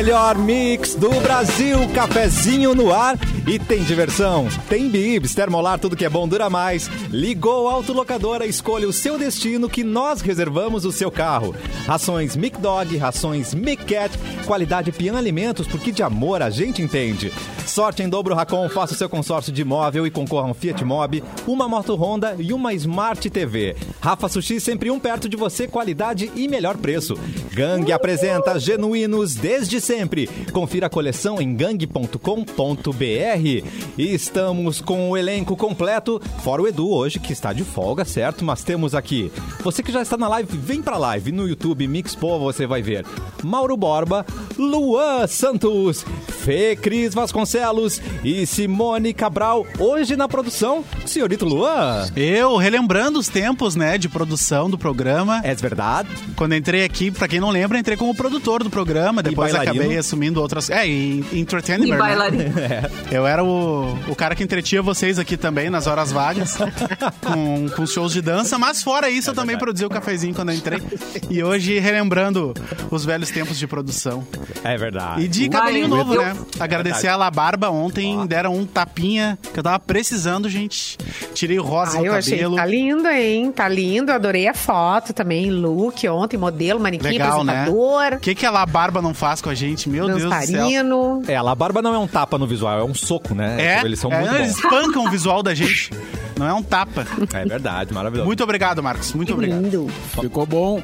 melhor mix do Brasil, cafezinho no ar e tem diversão. Tem bibs, termolar, tudo que é bom dura mais. Ligou a autolocadora, escolha o seu destino que nós reservamos o seu carro. Rações Mic Dog, rações Mic Cat, qualidade Pian Alimentos, porque de amor a gente entende. Sorte em dobro Racon, faça o seu consórcio de imóvel e concorra a um Fiat Mobi, uma moto Honda e uma Smart TV. Rafa Sushi, sempre um perto de você, qualidade e melhor preço. Gang apresenta Genuínos desde sempre. Confira a coleção em gang.com.br. E estamos com o elenco completo, fora o Edu hoje, que está de folga, certo? Mas temos aqui, você que já está na live, vem pra live no YouTube, Mixpo, você vai ver Mauro Borba, Luan Santos, Fê Cris Vasconcelos e Simone Cabral. Hoje na produção, senhorito Luan. Eu, relembrando os tempos, né, de produção do programa. É verdade. Quando entrei aqui, pra quem não lembra, entrei como produtor do programa, depois acabei assumindo outras... e entertainment, e bailarino. Né? Eu era o cara que entretinha vocês aqui também, nas horas vagas, com shows de dança, mas fora isso, eu também produzi o cafezinho quando eu entrei. E hoje, relembrando os velhos tempos de produção. É verdade. E de cabelinho novo, né? Agradecer a La Barba ontem, deram um tapinha que eu tava precisando, gente. Tirei rosa no cabelo. Achei que tá lindo, hein? Tá lindo, adorei a foto também, look ontem, modelo, manequim, legal, apresentador. Né? O que a La Barba não faz com a gente? Meu Deus do céu. A La Barba não é um tapa no visual, é um soco, né? Eles são muito bons. Eles espancam o visual da gente. Não é um tapa. É verdade, maravilhoso. Muito obrigado, Marcos. Muito obrigado. Lindo. Ficou bom.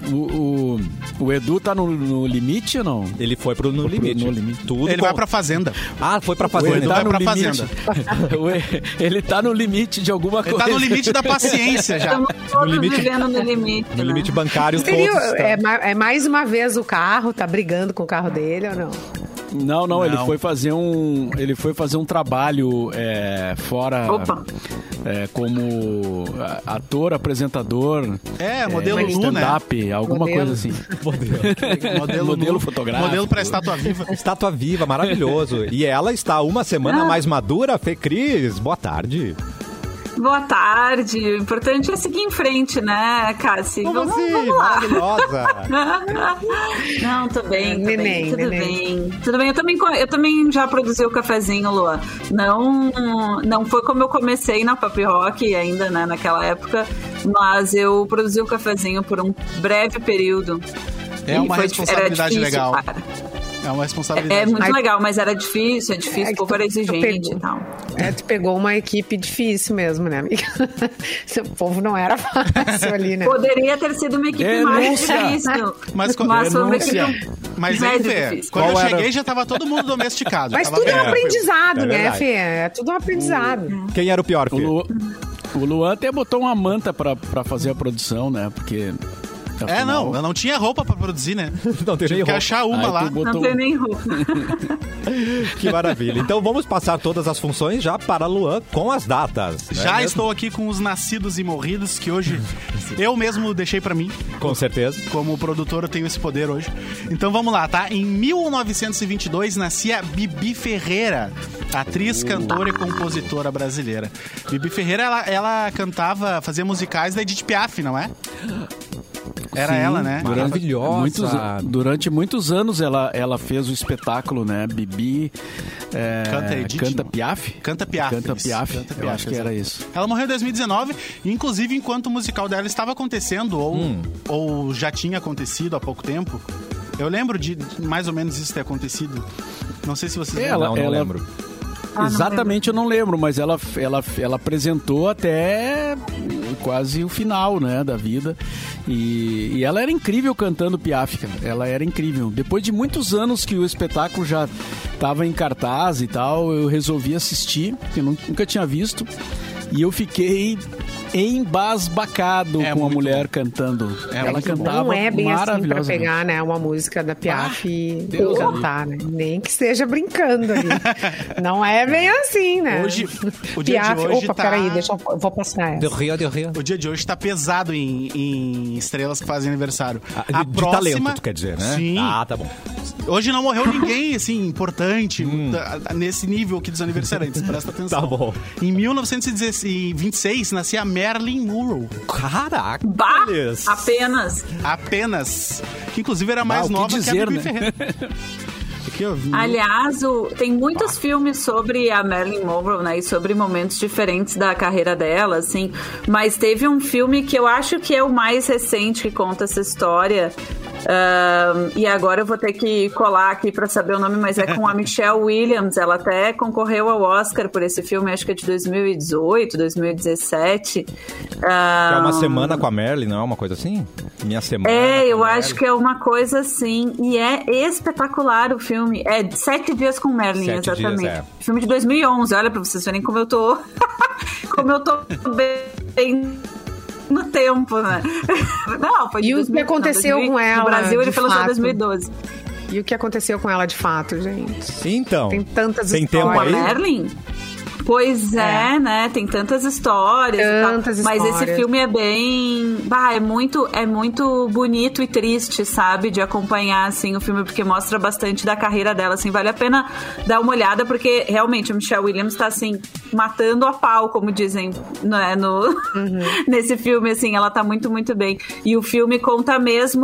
O Edu tá no limite ou não? Ele foi pro No Limite. Tudo ele vai pra Fazenda. Ah, foi pra Fazenda. Ele vai pra Fazenda. Ele tá no limite de alguma coisa. Ele tá no limite da paciência já. Estamos todos vivendo no limite. No limite bancário. É mais uma vez o carro, tá brigando com o carro dele ou não? Não, ele foi fazer um trabalho fora como ator, apresentador, modelo stand-up, né? Alguma coisa assim. Modelo fotográfico. Modelo pra Estátua Viva. Estátua Viva, maravilhoso. E ela está uma semana mais madura, Fê Cris. Boa tarde. Boa tarde. O importante é seguir em frente, né, Cassi? Vamos lá. Maravilhosa. Não, tô bem, tudo bem. Tudo bem, eu também já produzi o cafezinho, Lua. Não foi como eu comecei na Pop Rock ainda, né, naquela época, mas eu produzi o cafezinho por um breve período. É uma responsabilidade legal. Cara. É uma responsabilidade. É muito legal, mas era difícil, o povo era exigente e tal. Tu pegou uma equipe difícil mesmo, né, amiga? O povo não era fácil ali, né? Poderia ter sido uma equipe mais difícil. Mas foi uma equipe mais difícil. Quando eu cheguei, já tava todo mundo domesticado. Mas tudo é um aprendizado, né, Fê? É tudo um aprendizado. Quem era o pior, Fê? O Luan até botou uma manta pra fazer a produção, né? Porque... Afinal... eu não tinha roupa pra produzir, né? Não tem nem roupa. Que achar uma lá. Não tem nem roupa. Que maravilha. Então vamos passar todas as funções já para Luan com as datas. Já estou aqui com os nascidos e morridos que hoje eu mesmo deixei pra mim. Com certeza. Como produtor eu tenho esse poder hoje. Então vamos lá, tá? Em 1922 nascia Bibi Ferreira, atriz, cantora e compositora brasileira. Bibi Ferreira, ela cantava, fazia musicais da Edith Piaf, não é? Era ela, né? Maravilhosa. Durante muitos anos ela fez o espetáculo, né? Bibi... Canta Piaf? Canta Piaf. Eu acho que era isso. Ela morreu em 2019, inclusive enquanto o musical dela estava acontecendo, ou já tinha acontecido há pouco tempo. Eu lembro de mais ou menos isso ter acontecido. Não sei se vocês lembram. Não lembro. Exatamente, eu não lembro, mas ela apresentou até quase o final, né, da vida. E ela era incrível cantando Piaf, cara. Ela era incrível. Depois de muitos anos que o espetáculo já estava em cartaz e tal, eu resolvi assistir, porque eu nunca tinha visto. E eu fiquei embasbacado com a mulher cantando. Ela cantava não é bem assim pra maravilhosamente. Pegar, né, uma música da Piaf e cantar, né? Nem que esteja brincando ali. Não é bem assim, né? Hoje, o dia Piaf, de hoje peraí, eu vou passar essa. Deu rio. O dia de hoje tá pesado em estrelas que fazem aniversário. De talento, tu quer dizer, né? Sim. Ah, tá bom. Hoje não morreu ninguém, assim, importante nesse nível aqui dos aniversariantes. Presta atenção. Tá bom. Em 1926, nascia a Marilyn Monroe. Caraca! Bah! Apenas. Que inclusive era mais nova que a Bibi Ferreira. Aliás, tem muitos filmes sobre a Marilyn Monroe, né? E sobre momentos diferentes da carreira dela, assim. Mas teve um filme que eu acho que é o mais recente que conta essa história. E agora eu vou ter que colar aqui pra saber o nome, mas é com a Michelle Williams. Ela até concorreu ao Oscar por esse filme, acho que é de 2018, 2017. É uma semana com a Marilyn, não é uma coisa assim? Minha semana. Eu acho que é uma coisa assim. E é espetacular o filme. É 7 Dias com Marilyn, 7 exatamente. dias, Filme de 2011. Olha, pra vocês verem como eu tô. Como eu tô bem no tempo, né? Não, foi de E 2000, o que aconteceu com ela? No Brasil, ele de falou só em fato? 2012. E o que aconteceu com ela de fato, gente? Então, Tem tantas tem tempo Com a aí? Marilyn? Pois né? Tem tantas histórias. Tantas e tal. Mas esse histórias. filme é bem... é muito bonito e triste, sabe? De acompanhar, assim, o filme, porque mostra bastante da carreira dela, assim. Vale a pena dar uma olhada, porque realmente a Michelle Williams tá, assim, matando a pau, como dizem, né? Nesse filme, assim, ela tá muito, muito bem. E o filme conta mesmo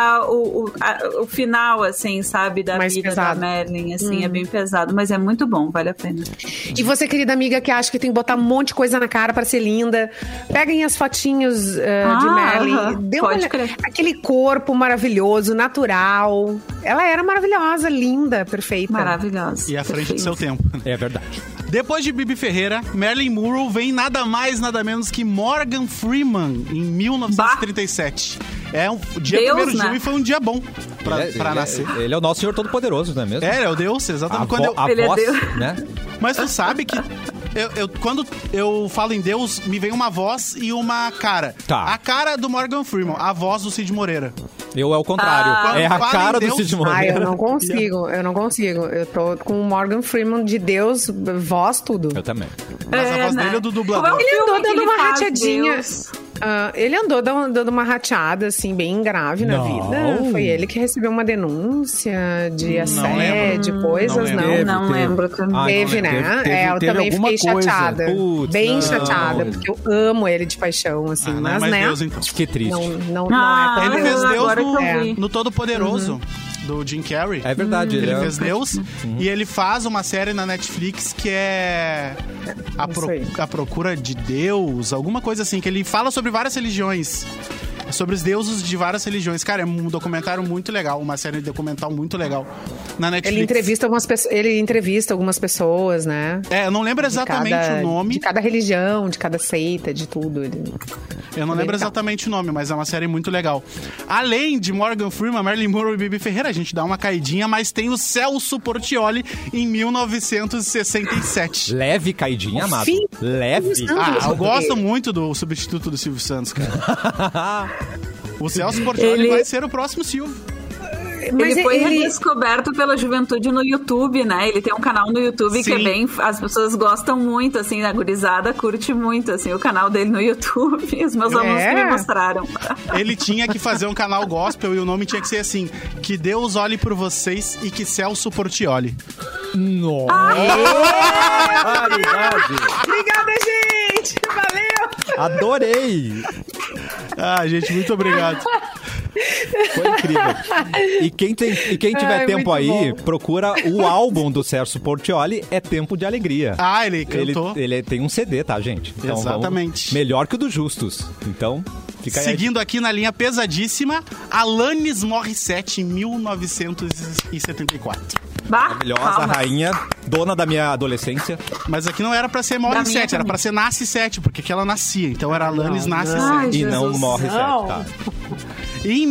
o final, assim, sabe? Da Mais vida pesado. da Marilyn, assim. É bem pesado, mas é muito bom, vale a pena. E você, querida amiga, que acha que tem que botar um monte de coisa na cara pra ser linda, peguem as fotinhos de Marilyn. Dê pode crer. aquele corpo maravilhoso, natural. Ela era maravilhosa, linda, perfeita. Maravilhosa. E à frente do seu tempo. É verdade. Depois de Bibi Ferreira, Marilyn Monroe vem nada mais, nada menos que Morgan Freeman, em 1937. Dia Deus, 1º de né? julho foi um dia bom pra nascer. Ele é o nosso Senhor Todo-Poderoso, não é mesmo? É o Deus, exatamente. Ele é voz, Deus. né? Mas tu sabe que quando eu falo em Deus, me vem uma voz e uma cara. Tá. A cara do Morgan Freeman, a voz do Cid Moreira. Eu é o contrário. É a Fala em cara do Deus. Cid Eu Moreira. não consigo. Eu tô com o Morgan Freeman de Deus, voz, tudo. Eu também. Mas a voz né? dele é do Como dublador. é o Ele filme andou que dando ele uma faz, rateadinha. Deus? Ele andou dando uma rateada, assim, bem grave na Não. vida. Foi ele que recebeu uma denúncia de assédio, lembro. coisas, Não não. lembro. Não lembro também. Teve, né? Eu teve também alguma fiquei coisa. chateada. Putz, bem não. chateada, porque eu amo ele de paixão, assim. Não, mas, mas né? Deus, então. Que triste. Não Ah, é pra Ele Deus. fez Deus agora que eu vi. no Todo-Poderoso, do Jim Carrey. É verdade. Ele é... fez Deus e ele faz uma série na Netflix que é Isso aí. A Procura de Deus, alguma coisa assim, que ele fala sobre várias religiões. Sobre os deuses de várias religiões. Cara, é um documentário muito legal, uma série documental muito legal na Netflix. Ele entrevista algumas pessoas, né? Eu não lembro exatamente o nome. De cada religião, de cada seita, de tudo. Eu não bem lembro legal. exatamente o nome, mas é uma série muito legal. Além de Morgan Freeman, Marilyn Monroe e Bibi Ferreira, a gente dá uma caidinha, mas tem o Celso Portiolli em 1967. Leve caidinha, amado. Fim. Leve. Eu gosto muito do substituto do Silvio Santos, cara. O Celso Portiolli vai ser o próximo Silvio. Mas Ele foi redescoberto pela juventude no YouTube, né? Ele tem um canal no YouTube que é Sim. bem... As pessoas gostam muito, assim, a gurizada curte muito, assim, o canal dele no YouTube. Os meus alunos que me mostraram. Ele tinha que fazer um canal gospel e o nome tinha que ser assim: Que Deus olhe por vocês e que Celso Portiolli. Nossa. Obrigada, gente! Valeu! Adorei. Gente, muito obrigado. Foi incrível. E quem tiver tempo muito aí, bom. procura o álbum do Celso Portiolli, É Tempo de Alegria. Ele cantou. Ele tem um CD, tá, gente? Então, Exatamente. melhor que o do Justus. Então, fica aí. Seguindo aqui na linha pesadíssima, Alanis Morissette, em 1974. Maravilhosa, Palmas. rainha, dona da minha adolescência. Mas aqui não era pra ser Da minha Morissette, era também. pra ser Nasce 7, porque aqui ela nascia. Então era Alanis Nasce Ai, 7. E não Jesus, morre não. certo, tá? E em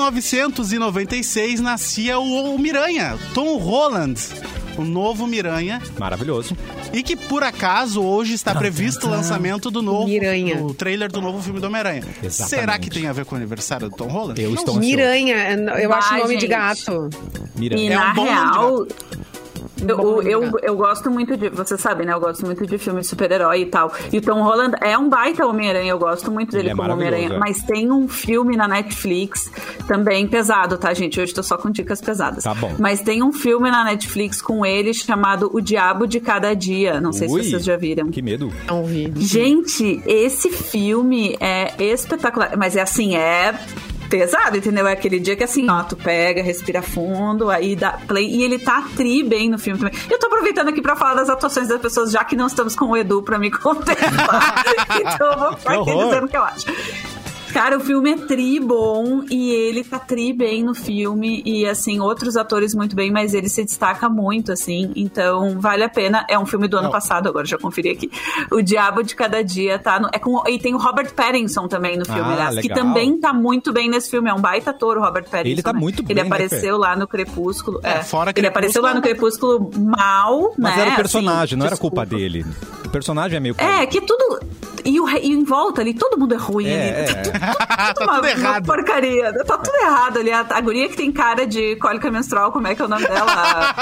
1996 nascia o Miranha, Tom Holland, o novo Miranha. Maravilhoso. E que, por acaso, hoje está previsto o lançamento do novo... Miranha. O trailer do novo filme do Homem-Aranha. Exatamente. Será que tem a ver com o aniversário do Tom Holland? Eu estou ansioso. Miranha, eu acho o nome de gente. gato. Miranha. E É um na bom real, Bom, eu gosto muito de... Você sabe, né? Eu gosto muito de filme de super-herói e tal. E o Tom Holland é um baita Homem-Aranha. Eu gosto muito dele Ele é como maravilhoso, Homem-Aranha. é. Mas tem um filme na Netflix também pesado, tá, gente? Hoje tô só com dicas pesadas. Tá bom. Mas tem um filme na Netflix com ele chamado O Diabo de Cada Dia. Não sei Ui, se vocês já viram. Que medo. Não vi. Gente, esse filme é espetacular. Mas é assim, pesado, entendeu? É aquele dia que assim, ó, tu pega, respira fundo, aí dá play, e ele tá bem no filme também. Eu tô aproveitando aqui pra falar das atuações das pessoas, já que não estamos com o Edu pra me contestar. Então eu vou ficar aqui dizendo o que eu acho. Cara, o filme é bom e ele tá bem no filme e, assim, outros atores muito bem, mas ele se destaca muito, assim, então vale a pena. É um filme do ano passado, agora já conferi aqui. O Diabo de Cada Dia tá e tem o Robert Pattinson também no filme, aliás, que também tá muito bem nesse filme. É um baita ator, o Robert Pattinson. Ele tá muito bem, ele apareceu lá no Crepúsculo. Fora ele apareceu lá no Crepúsculo mal, mas né? Era o personagem, assim, não era culpa dele. O personagem é meio... que tudo... E em volta ali, todo mundo é ruim ali. Tudo errado. Uma porcaria. Tá tudo errado ali. A guria que tem cara de cólica menstrual, como é que é o nome dela?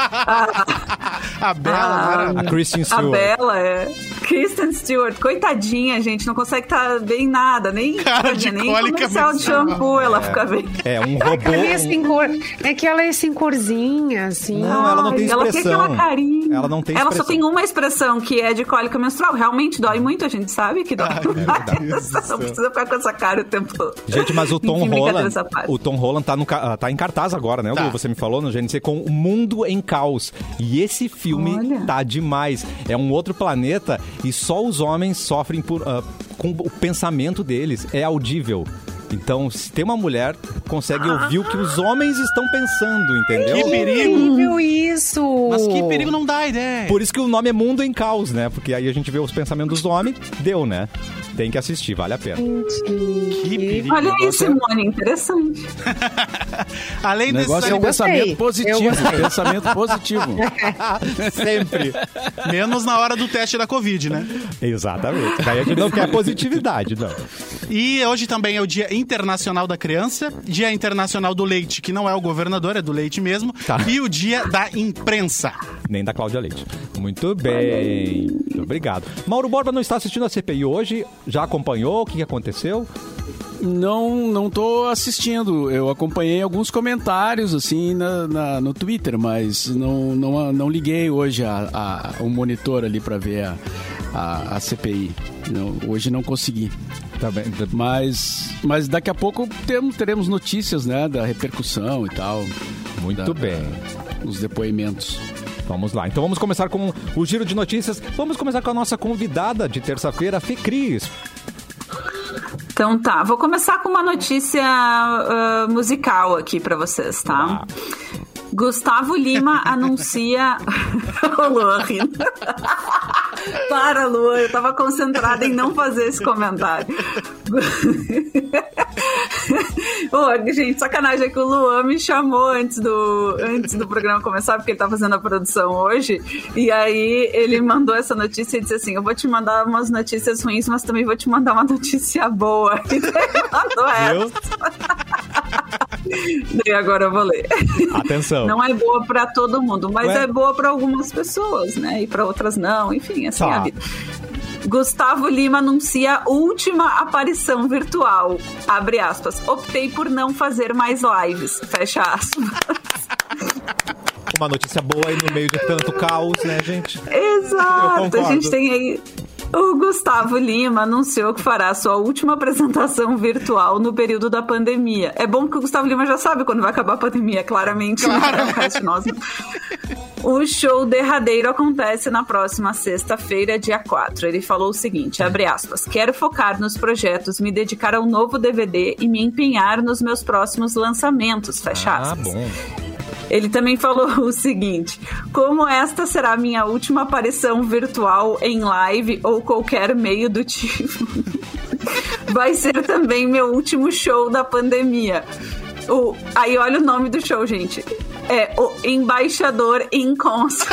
A Bella. A Kristen Stewart. A Bella, Kristen Stewart. Coitadinha, gente. Não consegue estar bem nada. Nem comercial de shampoo ela fica bem. É um robô. É que ela é sem corzinha, assim. Não, ela não tem expressão. Ela tem aquela carinha. Ela não tem Ela expressão. só tem uma expressão, que é de cólica menstrual. Realmente dói muito, a gente sabe que dói. Não precisa ficar com essa cara o tempo todo. Gente, mas o Tom Holland tá em cartaz agora, né? Lu, você me falou no GNC com O Mundo em Caos. E esse filme tá demais. É um outro planeta e só os homens sofrem com o pensamento deles. É audível. Então, se tem uma mulher, consegue ouvir o que os homens estão pensando, entendeu? Que perigo! Incrível isso! Mas que perigo, não dá ideia. Por isso que o nome é Mundo em Caos, né? Porque aí a gente vê os pensamentos dos homens, deu, né? Tem que assistir, vale a pena. Que perigo. Olha aí, Simone, interessante. Além desse... O negócio é um pensamento positivo. Pensamento positivo. Sempre. Menos na hora do teste da Covid, né? Exatamente. Daí a gente não quer positividade, não. E hoje também é o Dia Internacional da Criança, Dia Internacional do Leite, que não é o governador, é do leite mesmo, e o Dia da Imprensa. Nem da Cláudia Leite. Muito bem. Muito obrigado. Mauro Borba não está assistindo a CPI hoje? Já acompanhou? O que aconteceu? Não tô assistindo. Eu acompanhei alguns comentários, assim, no Twitter, mas não liguei hoje o monitor ali para ver a CPI. Hoje não consegui. Tá bem. Mas daqui a pouco teremos notícias, né, da repercussão e tal. Muito bem. Os depoimentos. Vamos lá. Então vamos começar com o giro de notícias. Vamos começar com a nossa convidada de terça-feira, Fê Cris. Então tá, vou começar com uma notícia musical aqui pra vocês, tá? Gustavo Lima anuncia... O Luan rindo. Para, Luan, eu tava concentrada em não fazer esse comentário. Gente, sacanagem, é que o Luan me chamou antes do programa começar, porque ele tá fazendo a produção hoje, e aí ele mandou essa notícia e disse assim, eu vou te mandar umas notícias ruins, mas também vou te mandar uma notícia boa. E daí ele mandou essa. E agora eu vou ler. Atenção. Não é boa pra todo mundo, mas é boa pra algumas pessoas, né? E pra outras não, enfim, assim é a vida. Gustavo Lima anuncia última aparição virtual. Abre aspas. Optei por não fazer mais lives. Fecha aspas. Uma notícia boa aí no meio de tanto caos, né, gente? Exato. A gente tem aí... O Gustavo Lima anunciou que fará sua última apresentação virtual no período da pandemia. É bom que o Gustavo Lima já sabe quando vai acabar a pandemia, claramente. Claro. O show derradeiro acontece na próxima sexta-feira, dia 4. Ele falou o seguinte, abre aspas, quero focar nos projetos, me dedicar ao novo DVD e me empenhar nos meus próximos lançamentos, fecha aspas. Bom. Ele também falou o seguinte, como esta será a minha última aparição virtual em live ou qualquer meio do tipo, vai ser também meu último show da pandemia. Aí olha o nome do show, gente. É o Embaixador em Concert.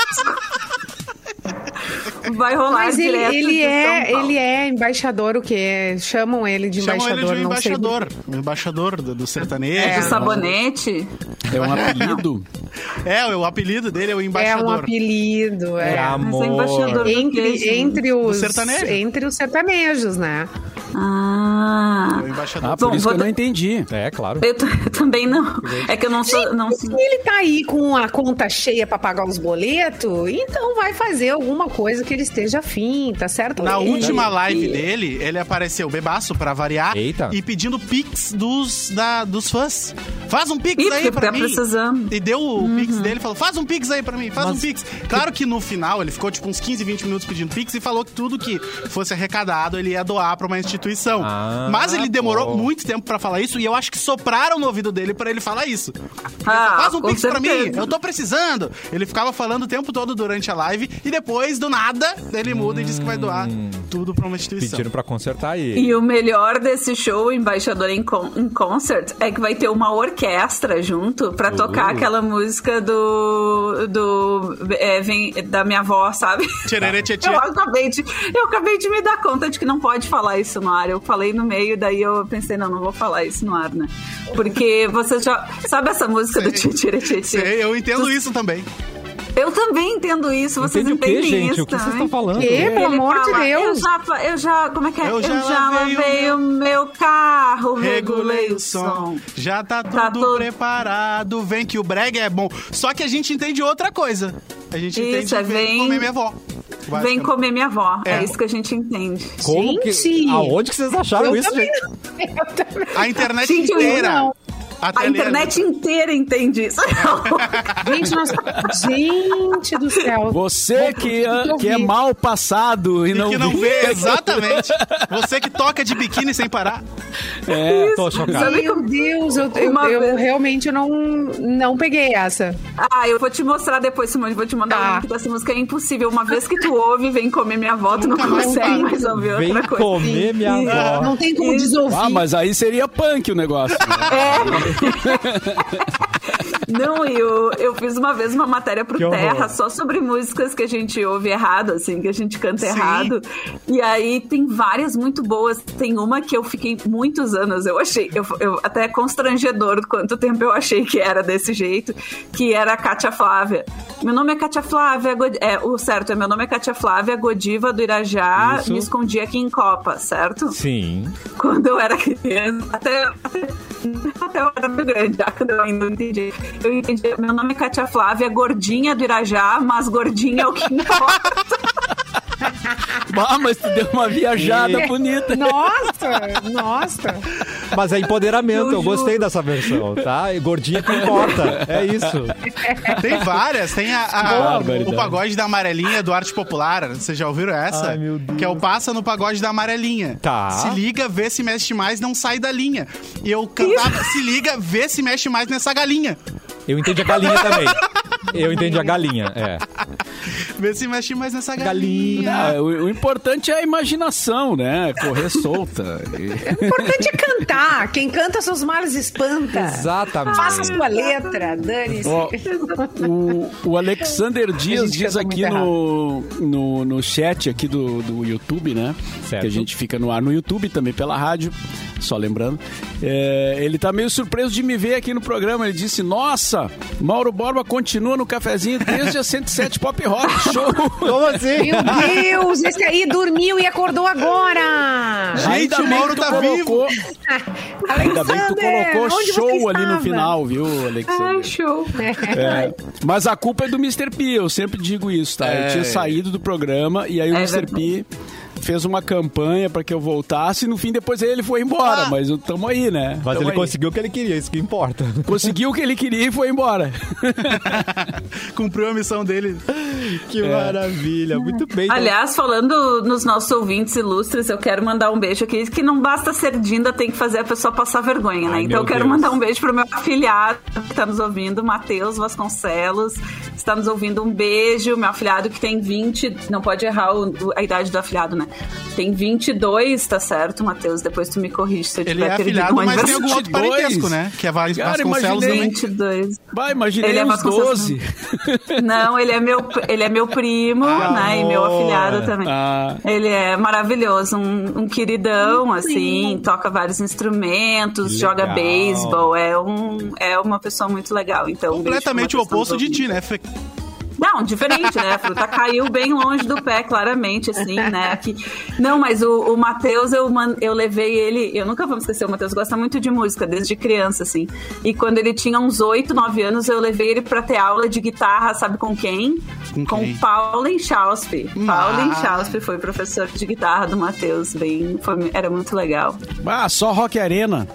Vai rolar mas direto ele é embaixador, o quê? Chamam ele de embaixador. Chamam ele de embaixador. Embaixador do sertanejo. Do sabonete. É um apelido? O apelido dele é o embaixador. É um apelido, amor. Embaixador entre os sertanejos, né? É o embaixador. Por isso que eu não entendi. É, claro. Eu também não. É que eu não sou... Se ele tá aí com a conta cheia pra pagar os boletos, então vai fazer alguma coisa que ele esteja afim, tá certo? Na última live dele, ele apareceu bebaço pra variar. Eita. E pedindo pix dos fãs. Faz um pix aí porque pra tá mim. precisando. E deu o pix dele e falou, faz um pix aí pra mim, faz um pix. Claro que no final ele ficou tipo uns 15, 20 minutos pedindo pix e falou que tudo que fosse arrecadado ele ia doar pra uma instituição. Mas ele demorou muito tempo pra falar isso e eu acho que sopraram no ouvido dele pra ele falar isso. Faz um pix pra mim, eu tô precisando. Ele ficava falando o tempo todo durante a live e depois, do nada, ele muda e diz que vai doar tudo pra uma instituição. Pediram pra consertar ele. E o melhor desse show, Embaixador em Concert, é que vai ter uma orquestra junto pra tocar aquela música da minha avó, sabe? Eu acabei de me dar conta de que não pode falar isso no ar. Eu falei no meio, daí eu pensei, não vou falar isso no ar, né? Porque você já... Sabe essa música do Tchê? Sei, eu entendo isso também. Eu também entendo isso, vocês entendem isso. Gente? O que vocês estão falando? Pelo amor de Deus. Eu já, como é que é? Eu já lavei o meu carro, regulei o som. Já tá tudo preparado, vem que o brega é bom. Só que a gente entende outra coisa. A gente entende vem comer minha avó. Vem comer minha avó. É isso que a gente entende. Como que... Aonde que vocês acharam isso, gente? Eu também. A internet inteira. A internet inteira entende isso. Gente do céu. Você que é mal passado e não vê. Exatamente. Você que toca de biquíni sem parar. Tô chocado. Meu Deus, eu realmente não peguei essa. Eu vou te mostrar depois, Simone. Vou te mandar o link dessa música. É impossível. Uma vez que tu ouve, vem comer minha avó, tu não consegue mais ouvir outra coisa. Vem comer minha avó. Não tem como desouvir. Mas aí seria punk o negócio. Né? Não, eu fiz uma vez uma matéria pro Terra só sobre músicas que a gente ouve errado, assim, que a gente canta errado. E aí tem várias muito boas. Tem uma que eu fiquei muitos anos, eu achei, eu até constrangedor quanto tempo eu achei que era desse jeito, que era a Cátia Flávia. Meu nome é Cátia Flávia, meu nome é Cátia Flávia, Godiva do Irajá, me escondi aqui em Copa, certo? Sim. Quando eu era criança, até eu era muito grande, já quando eu ainda não entendi. Eu entendi, meu nome é Cátia Flávia, gordinha do Irajá, mas gordinha é o que importa. Mas tu deu uma viajada bonita. Nossa. Mas é empoderamento, eu gostei dessa versão, tá? E gordinha que importa, é isso. Tem várias, tem o pagode da amarelinha do Arte Popular, vocês já ouviram essa? Ai, meu Deus. Que é o passa no pagode da amarelinha. Tá. Se liga, vê se mexe mais, não sai da linha. E eu cantava, se liga, vê se mexe mais nessa galinha. Eu entendi a galinha também. Eu entendi a galinha, Vê se mexe mais nessa galinha. O importante é a imaginação, né? Correr solta. O importante é cantar. Quem canta seus males espanta. Exatamente. Faça a sua letra, dane-se. O Alexander Dias diz aqui no chat aqui do YouTube, né? Certo. Que a gente fica no ar no YouTube, também pela rádio, só lembrando. Ele tá meio surpreso de me ver aqui no programa. Ele disse, nossa, Mauro Borba continua no cafezinho desde a 107 Pop Rock Show. Como assim? Meu Deus, esse aí dormiu e acordou agora. Gente, o Mauro tá vivo. Ainda bem que tu colocou show ali no final, viu, Alexander? Ai, show. Mas a culpa é do Mr. P, eu sempre digo isso, tá? Eu tinha saído do programa e aí o Mr. P fez uma campanha pra que eu voltasse e no fim depois ele foi embora, mas tamo aí, né? Mas ele conseguiu o que ele queria, isso que importa. Conseguiu o que ele queria e foi embora. Cumpriu a missão dele. Que maravilha, muito bem. Então... Aliás, falando nos nossos ouvintes ilustres, eu quero mandar um beijo aqui, que não basta ser Dinda, tem que fazer a pessoa passar vergonha, né? Então eu quero mandar um beijo pro meu afilhado que tá nos ouvindo, Matheus Vasconcelos, está nos ouvindo, um beijo, meu afilhado que tem 20, não pode errar a idade do afilhado, né? Tem 22, tá certo, Matheus? Depois tu me corrige se eu Ele tiver é perdido afilhado, um mas tem algum outro 22? parentesco, né? Que é Vasconcelos também. 22. Vai, imaginei Ele é uns 12. Não, ele é meu primo, né? E meu afilhado também. Ele é maravilhoso, um queridão, assim, toca vários instrumentos, joga beisebol, é uma pessoa muito legal. Então, completamente o oposto de ti, né? Não, diferente, né? A fruta caiu bem longe do pé, claramente, assim, né? Aqui. Não, mas o Matheus, eu levei ele... Eu nunca vou me esquecer, o Matheus gosta muito de música, desde criança, assim. E quando ele tinha uns 8, 9 anos, eu levei ele pra ter aula de guitarra, sabe com quem? Com o Paulo Schauspe. Paulo Schauspe foi professor de guitarra do Matheus. Era muito legal. Só Rock Arena.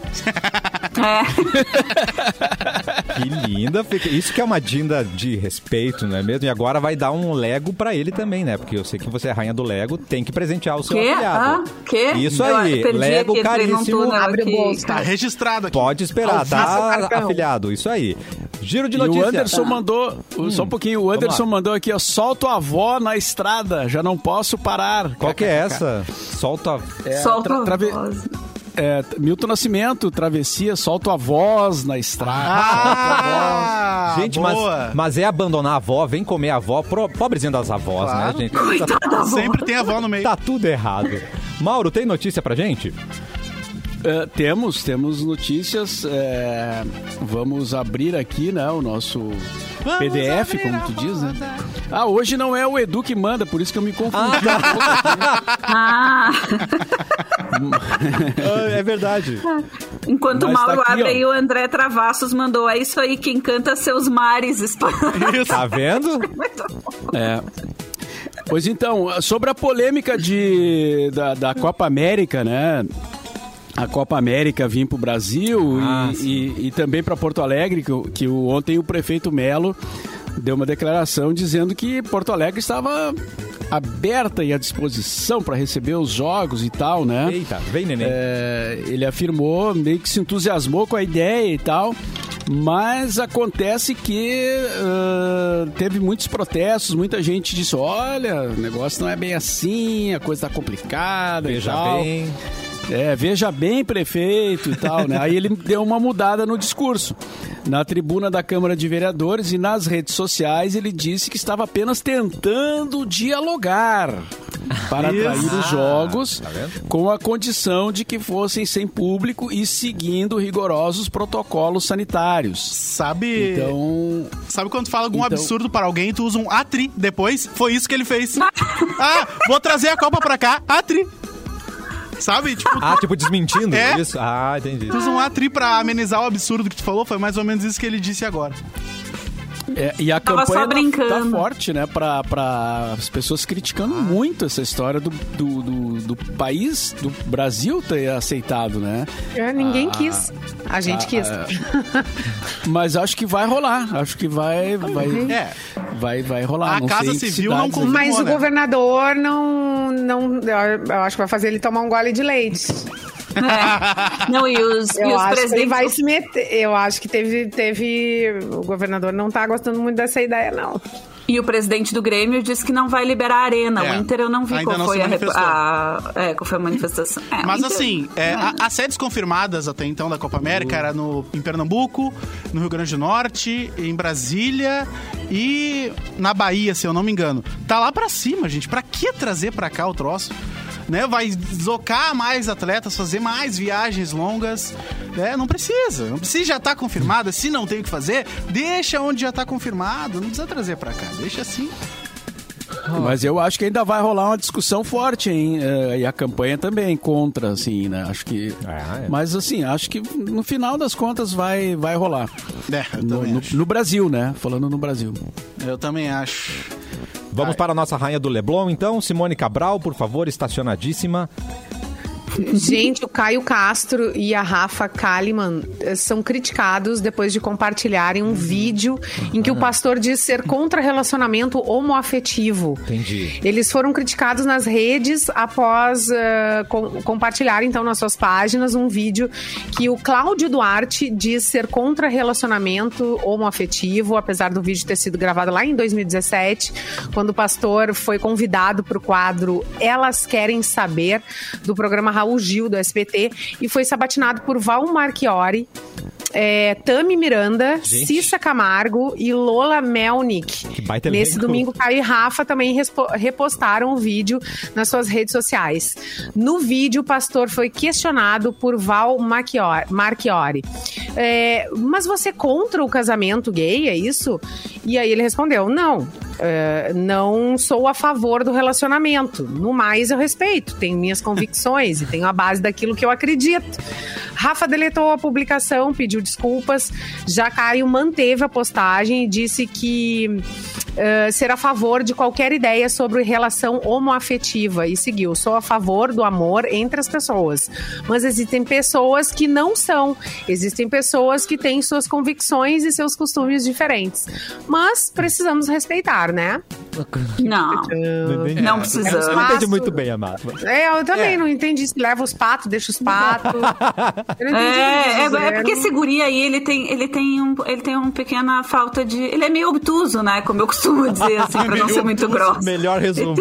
Que linda. Isso que é uma dinda de respeito, não é mesmo? E agora vai dar um Lego pra ele também, né? Porque eu sei que você é a rainha do Lego, tem que presentear o seu afilhado. Isso aí, Lego caríssimo. Abre o bolso. Tá registrado aqui. Pode esperar, tá, afilhado? Isso aí. Giro de notícias. E o Anderson mandou, só um pouquinho, o Anderson mandou aqui, ó, solta a avó na estrada, já não posso parar. Qual que é essa? Solta a voz. Milton Nascimento, Travessia, solta a voz na estrada. Gente, mas é abandonar a avó, vem comer a avó, pobrezinha das avós, claro, né, gente? Sempre tem avó no meio. Tá tudo errado. Mauro, tem notícia pra gente? Temos notícias. Vamos abrir aqui, né, o nosso PDF, como tu diz, né? Hoje não é o Edu que manda, por isso que eu me confundi. É verdade. Enquanto o Mauro abre aí, o André Travassos mandou: é isso aí, quem canta seus mares espanhóis. Tá vendo? Pois então, sobre a polêmica da Copa América, né? A Copa América vir para o Brasil e também para Porto Alegre, que ontem o prefeito Melo deu uma declaração dizendo que Porto Alegre estava aberta e à disposição para receber os jogos e tal, né? Eita, vem neném. Ele afirmou, meio que se entusiasmou com a ideia e tal, mas acontece que teve muitos protestos, muita gente disse, olha, o negócio não é bem assim, a coisa tá complicada Veja e tal. bem. Veja bem, prefeito e tal, né? Aí ele deu uma mudada no discurso. Na tribuna da Câmara de Vereadores e nas redes sociais, ele disse que estava apenas tentando dialogar para atrair os jogos com a condição de que fossem sem público e seguindo rigorosos protocolos sanitários. Sabe quando tu fala algum absurdo para alguém e tu usa um atri depois? Foi isso que ele fez. Vou trazer a Copa pra cá, atri. Sabe? Tipo desmentindo isso? Entendi. Tu usa um atri pra amenizar o absurdo que tu falou, foi mais ou menos isso que ele disse agora. E a Tava campanha só brincando. tá forte, né? Pra as pessoas criticando muito essa história do país, do Brasil ter aceitado, né? Ninguém quis. A gente quis. Mas acho que vai rolar. Acho que vai rolar. A Casa Civil não confirmou, mas o governador não... Eu acho que vai fazer ele tomar um gole de leite. Não, e os presidentes... Ele vai se meter. Eu acho que teve... O governador não tá gostando muito dessa ideia, não. E o presidente do Grêmio disse que não vai liberar a arena. O Inter eu não vi qual foi qual foi a manifestação. Mas assim, as sedes confirmadas até então da Copa América era em Pernambuco, no Rio Grande do Norte, em Brasília e na Bahia, se eu não me engano. Tá lá pra cima, gente. Pra que trazer pra cá o troço? Né, vai deslocar mais atletas, fazer mais viagens longas. Não precisa já estar confirmado. Se não tem o que fazer, deixa onde já está confirmado. Não precisa trazer para cá, deixa assim. Mas eu acho que ainda vai rolar uma discussão forte, hein? E a campanha também contra, assim, né? Acho que... Mas, assim, acho que no final das contas vai rolar. No Brasil, né? Falando no Brasil. Eu também acho. Vamos para a nossa rainha do Leblon, então. Simone Cabral, por favor, estacionadíssima. Gente, o Caio Castro e a Rafa Kalimann são criticados depois de compartilharem um vídeo em que o pastor diz ser contra relacionamento homoafetivo. Entendi. Eles foram criticados nas redes após compartilhar, então, nas suas páginas um vídeo que o Cláudio Duarte diz ser contra relacionamento homoafetivo, apesar do vídeo ter sido gravado lá em 2017, quando o pastor foi convidado para o quadro Elas Querem Saber, do programa Raul Gil, do SBT, e foi sabatinado por Val Marchiori, Tami Miranda, Cissa Camargo e Lola Melnick. Nesse domingo, Caio e Rafa também repostaram o vídeo nas suas redes sociais. No vídeo, o pastor foi questionado por Val Marchiori. Mas você é contra o casamento gay, é isso? E aí ele respondeu, não. Não sou a favor do relacionamento. No mais, eu respeito. Tenho minhas convicções e tenho a base daquilo que eu acredito. Rafa deletou a publicação, pediu desculpas. Já Caio manteve a postagem e disse que ser a favor de qualquer ideia sobre relação homoafetiva. E seguiu, sou a favor do amor entre as pessoas. Mas existem pessoas que não são. Existem pessoas que têm suas convicções e seus costumes diferentes. Mas precisamos respeitar, né? Não precisamos. Eu não entendi muito bem, Amado. Eu também não entendi se leva os patos, deixa os patos. Porque esse guri aí, ele tem uma pequena falta de... Ele é meio obtuso, né? Como eu costumo dizer, assim, pra não ser muito grosso. Melhor resumo.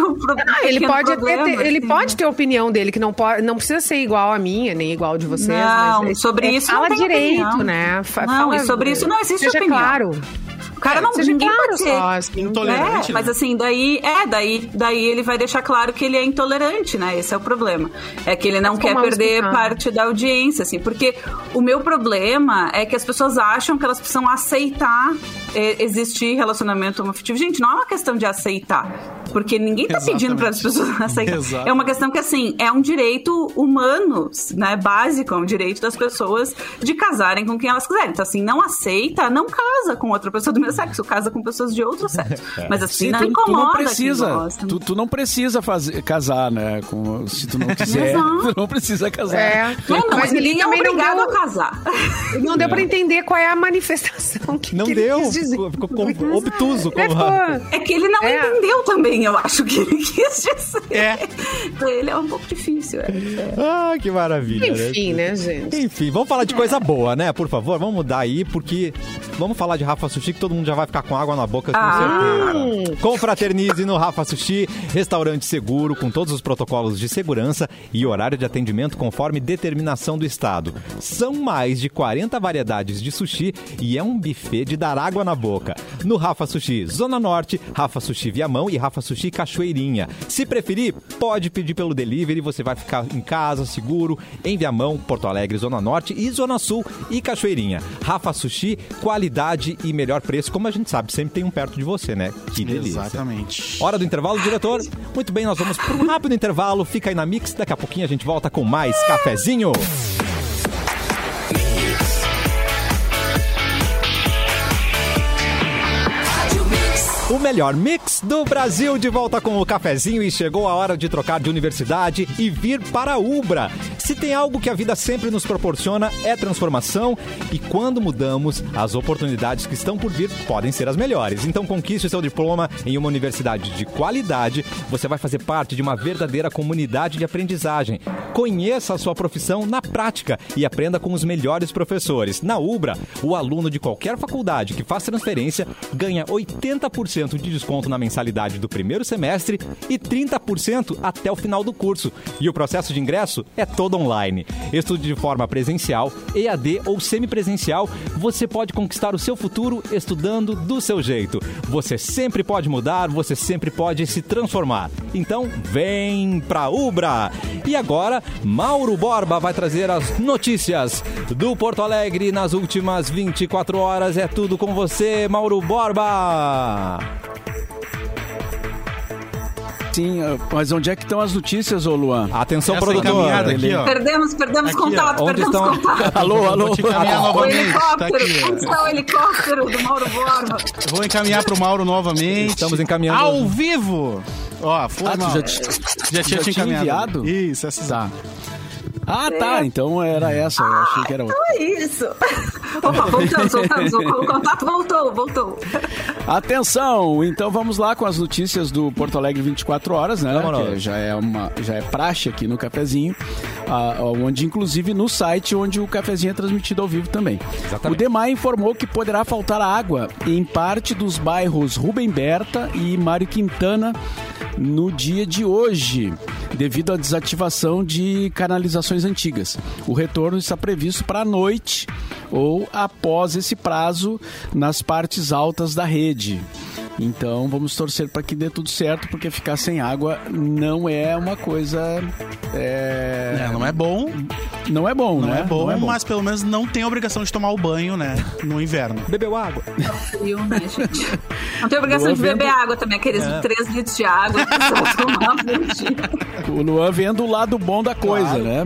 Ele pode ter a opinião dele, que não precisa ser igual a minha, nem igual de vocês. Não, mas sobre isso fala não tem direito, opinião. né? Não, e sobre isso não existe seja opinião. Claro. O cara não, ninguém pode ser assim. Intolerante, mas assim, daí ele vai deixar claro que ele é intolerante, né? Esse é o problema. É que ele não quer perder parte da audiência, assim. Porque o meu problema é que as pessoas acham que elas precisam aceitar existir relacionamento homoafetivo. Gente, não é uma questão de aceitar. Porque ninguém tá pedindo para as pessoas aceitar. Exato. É uma questão que, assim, é um direito humano, né? Básico, é um direito das pessoas de casarem com quem elas quiserem. Então, assim, não aceita, não casa com outra pessoa do mesmo sexo, casa com pessoas de outro sexo. Mas assim, não incomoda. Tu não precisa casar, né? Se tu não quiser, tu não precisa casar. Mas ele é obrigado a casar. Não deu pra entender qual é a manifestação que não ele deu, quis dizer. ficou obtuso. É que ele não entendeu também, eu acho que ele quis dizer. Então, ele é um pouco difícil. Ah, que maravilha. Enfim, né, gente? Enfim, vamos falar de coisa boa, né? Por favor, vamos mudar aí, porque vamos falar de Rafa Sushi, que todo mundo já vai ficar com água na boca, com certeza. Confraternize no Rafa Sushi, restaurante seguro, com todos os protocolos de segurança e horário de atendimento conforme determinação do Estado. São mais de 40 variedades de sushi e é um buffet de dar água na boca. No Rafa Sushi Zona Norte, Rafa Sushi Viamão e Rafa Sushi Cachoeirinha. Se preferir, pode pedir pelo delivery, você vai ficar em casa, seguro, em Viamão, Porto Alegre, Zona Norte e Zona Sul e Cachoeirinha. Rafa Sushi, qualidade e melhor preço, como a gente sabe, sempre tem um perto de você, né? Que delícia. Exatamente. Hora do intervalo, diretor? Muito bem, nós vamos para um rápido intervalo, fica aí na Mix, daqui a pouquinho a gente volta com mais cafezinho. O melhor mix do Brasil, de volta com o cafezinho, e chegou a hora de trocar de universidade e vir para a Ubra. Se tem algo que a vida sempre nos proporciona é transformação, e quando mudamos, as oportunidades que estão por vir podem ser as melhores. Então conquiste o seu diploma em uma universidade de qualidade, você vai fazer parte de uma verdadeira comunidade de aprendizagem. Conheça a sua profissão na prática e aprenda com os melhores professores. Na Ubra, o aluno de qualquer faculdade que faz transferência ganha 80% de desconto na mensalidade do primeiro semestre e 30% até o final do curso. E o processo de ingresso é todo online. Estude de forma presencial, EAD ou semipresencial, você pode conquistar o seu futuro estudando do seu jeito. Você sempre pode mudar, você sempre pode se transformar. Então, vem pra Ubra! E agora, Mauro Borba vai trazer as notícias do Porto Alegre nas últimas 24 horas. É tudo com você, Mauro Borba! Sim, mas onde é que estão as notícias, ô Luan? Atenção, essa produtor. Aqui, ó. Perdemos aqui, contato, onde perdemos estão? contato. Alô? Vou te encaminhar O novamente. helicóptero, Tá aqui, onde está o helicóptero do Mauro Borba? Eu vou encaminhar pro Mauro novamente. Estamos encaminhando. Ao vivo! Ó, foi Tu já tinha encaminhado. enviado? Isso, essa Tá. Ah, tá. Então era essa. Eu achei que era outra. Então é isso. Opa, voltamos. O contato voltou. Atenção! Então vamos lá com as notícias do Porto Alegre 24 horas, né? Que já é praxe aqui no Cafezinho. Onde, inclusive, no site onde o Cafezinho é transmitido ao vivo também. Exatamente. O DEMAI informou que poderá faltar água em parte dos bairros Rubem Berta e Mário Quintana no dia de hoje, devido à desativação de canalizações antigas. O retorno está previsto para a noite ou após esse prazo nas partes altas da rede. Então vamos torcer para que dê tudo certo, porque ficar sem água não é uma coisa... não é bom. Não é bom, né? Não é bom, mas pelo menos não tem a obrigação de tomar o banho, né? No inverno. Bebeu água. Tá frio, né, gente? Não tem obrigação de beber água também, aqueles 3 litros de água que você tomar por dia. O Luan vendo o lado bom da coisa, né?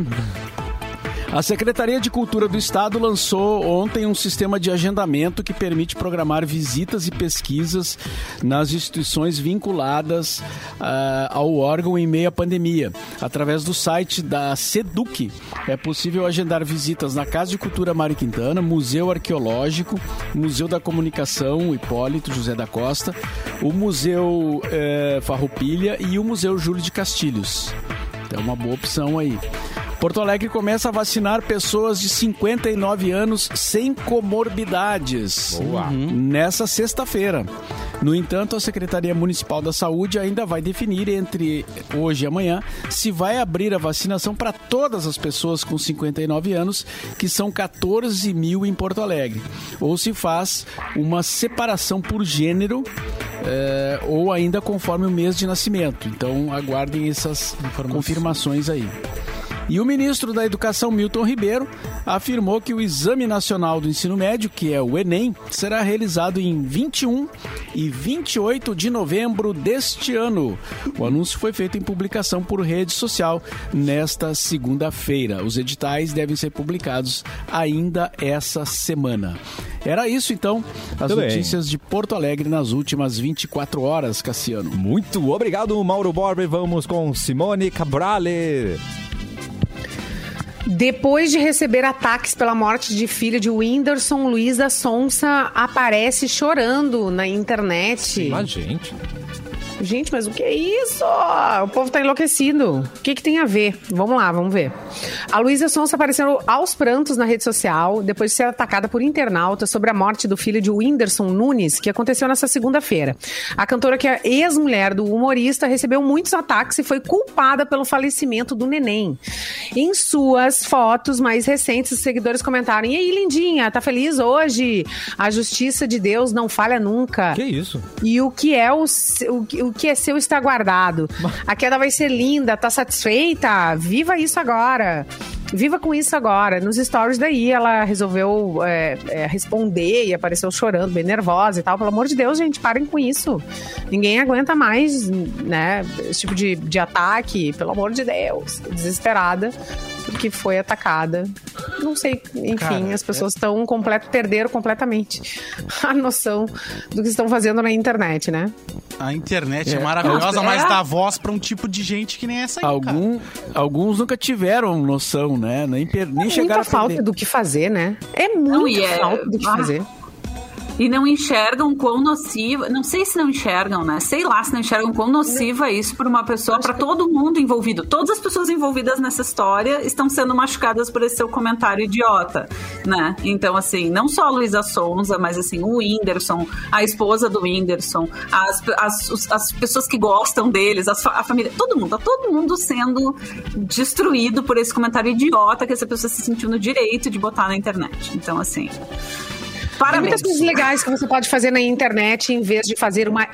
A Secretaria de Cultura do Estado lançou ontem um sistema de agendamento que permite programar visitas e pesquisas nas instituições vinculadas ao órgão em meio à pandemia. Através do site da SEDUC, é possível agendar visitas na Casa de Cultura Mário Quintana, Museu Arqueológico, Museu da Comunicação Hipólito José da Costa, o Museu Farroupilha e o Museu Júlio de Castilhos. É uma boa opção aí. Porto Alegre começa a vacinar pessoas de 59 anos sem comorbidades. Boa. Nessa sexta-feira. No entanto, a Secretaria Municipal da Saúde ainda vai definir entre hoje e amanhã se vai abrir a vacinação para todas as pessoas com 59 anos, que são 14 mil em Porto Alegre, ou se faz uma separação por gênero ou ainda conforme o mês de nascimento. Então, aguardem essas confirmações aí. E o ministro da Educação, Milton Ribeiro, afirmou que o Exame Nacional do Ensino Médio, que é o Enem, será realizado em 21 e 28 de novembro deste ano. O anúncio foi feito em publicação por rede social nesta segunda-feira. Os editais devem ser publicados ainda essa semana. Era isso, então, as notícias de Porto Alegre nas últimas 24 horas, Cassiano. Muito obrigado, Mauro Borba. Vamos com Simone Cabrale. Depois de receber ataques pela morte de filha de Whindersson, Luísa Sonza aparece chorando na internet. Mas, gente... Gente, mas o que é isso? O povo tá enlouquecido. O que tem a ver? Vamos lá, vamos ver. A Luísa Sonza apareceu aos prantos na rede social depois de ser atacada por internautas sobre a morte do filho de Whindersson Nunes, que aconteceu nessa segunda-feira. A cantora, que é ex-mulher do humorista, recebeu muitos ataques e foi culpada pelo falecimento do neném. Em suas fotos mais recentes, os seguidores comentaram: e aí, lindinha, tá feliz hoje? A justiça de Deus não falha nunca. Que isso? E o que é o que é seu está guardado. A queda vai ser linda, tá satisfeita? Viva isso agora. Viva com isso agora. Nos stories daí ela resolveu responder e apareceu chorando, bem nervosa e tal. Pelo amor de Deus, gente, parem com isso. Ninguém aguenta mais, né, esse tipo de ataque. Pelo amor de Deus. Desesperada porque foi atacada. Não sei, enfim, cara, as pessoas perderam completamente a noção do que estão fazendo na internet, né? A internet é maravilhosa, mas dá voz pra um tipo de gente que nem essa aí, Alguns nunca tiveram noção, né? Nem chegaram a muita falta do que fazer, né? É muita falta do que fazer. E não enxergam quão nociva... Não sei se não enxergam, né? Sei lá se não enxergam quão nociva é isso para uma pessoa, para todo mundo envolvido. Todas as pessoas envolvidas nessa história estão sendo machucadas por esse seu comentário idiota, né? Então, assim, não só a Luísa Sonza, mas, assim, o Whindersson, a esposa do Whindersson, as pessoas que gostam deles, a família... Todo mundo sendo destruído por esse comentário idiota que essa pessoa se sentiu no direito de botar na internet. Então, assim... Tem muitas coisas legais que você pode fazer na internet em vez de fazer uma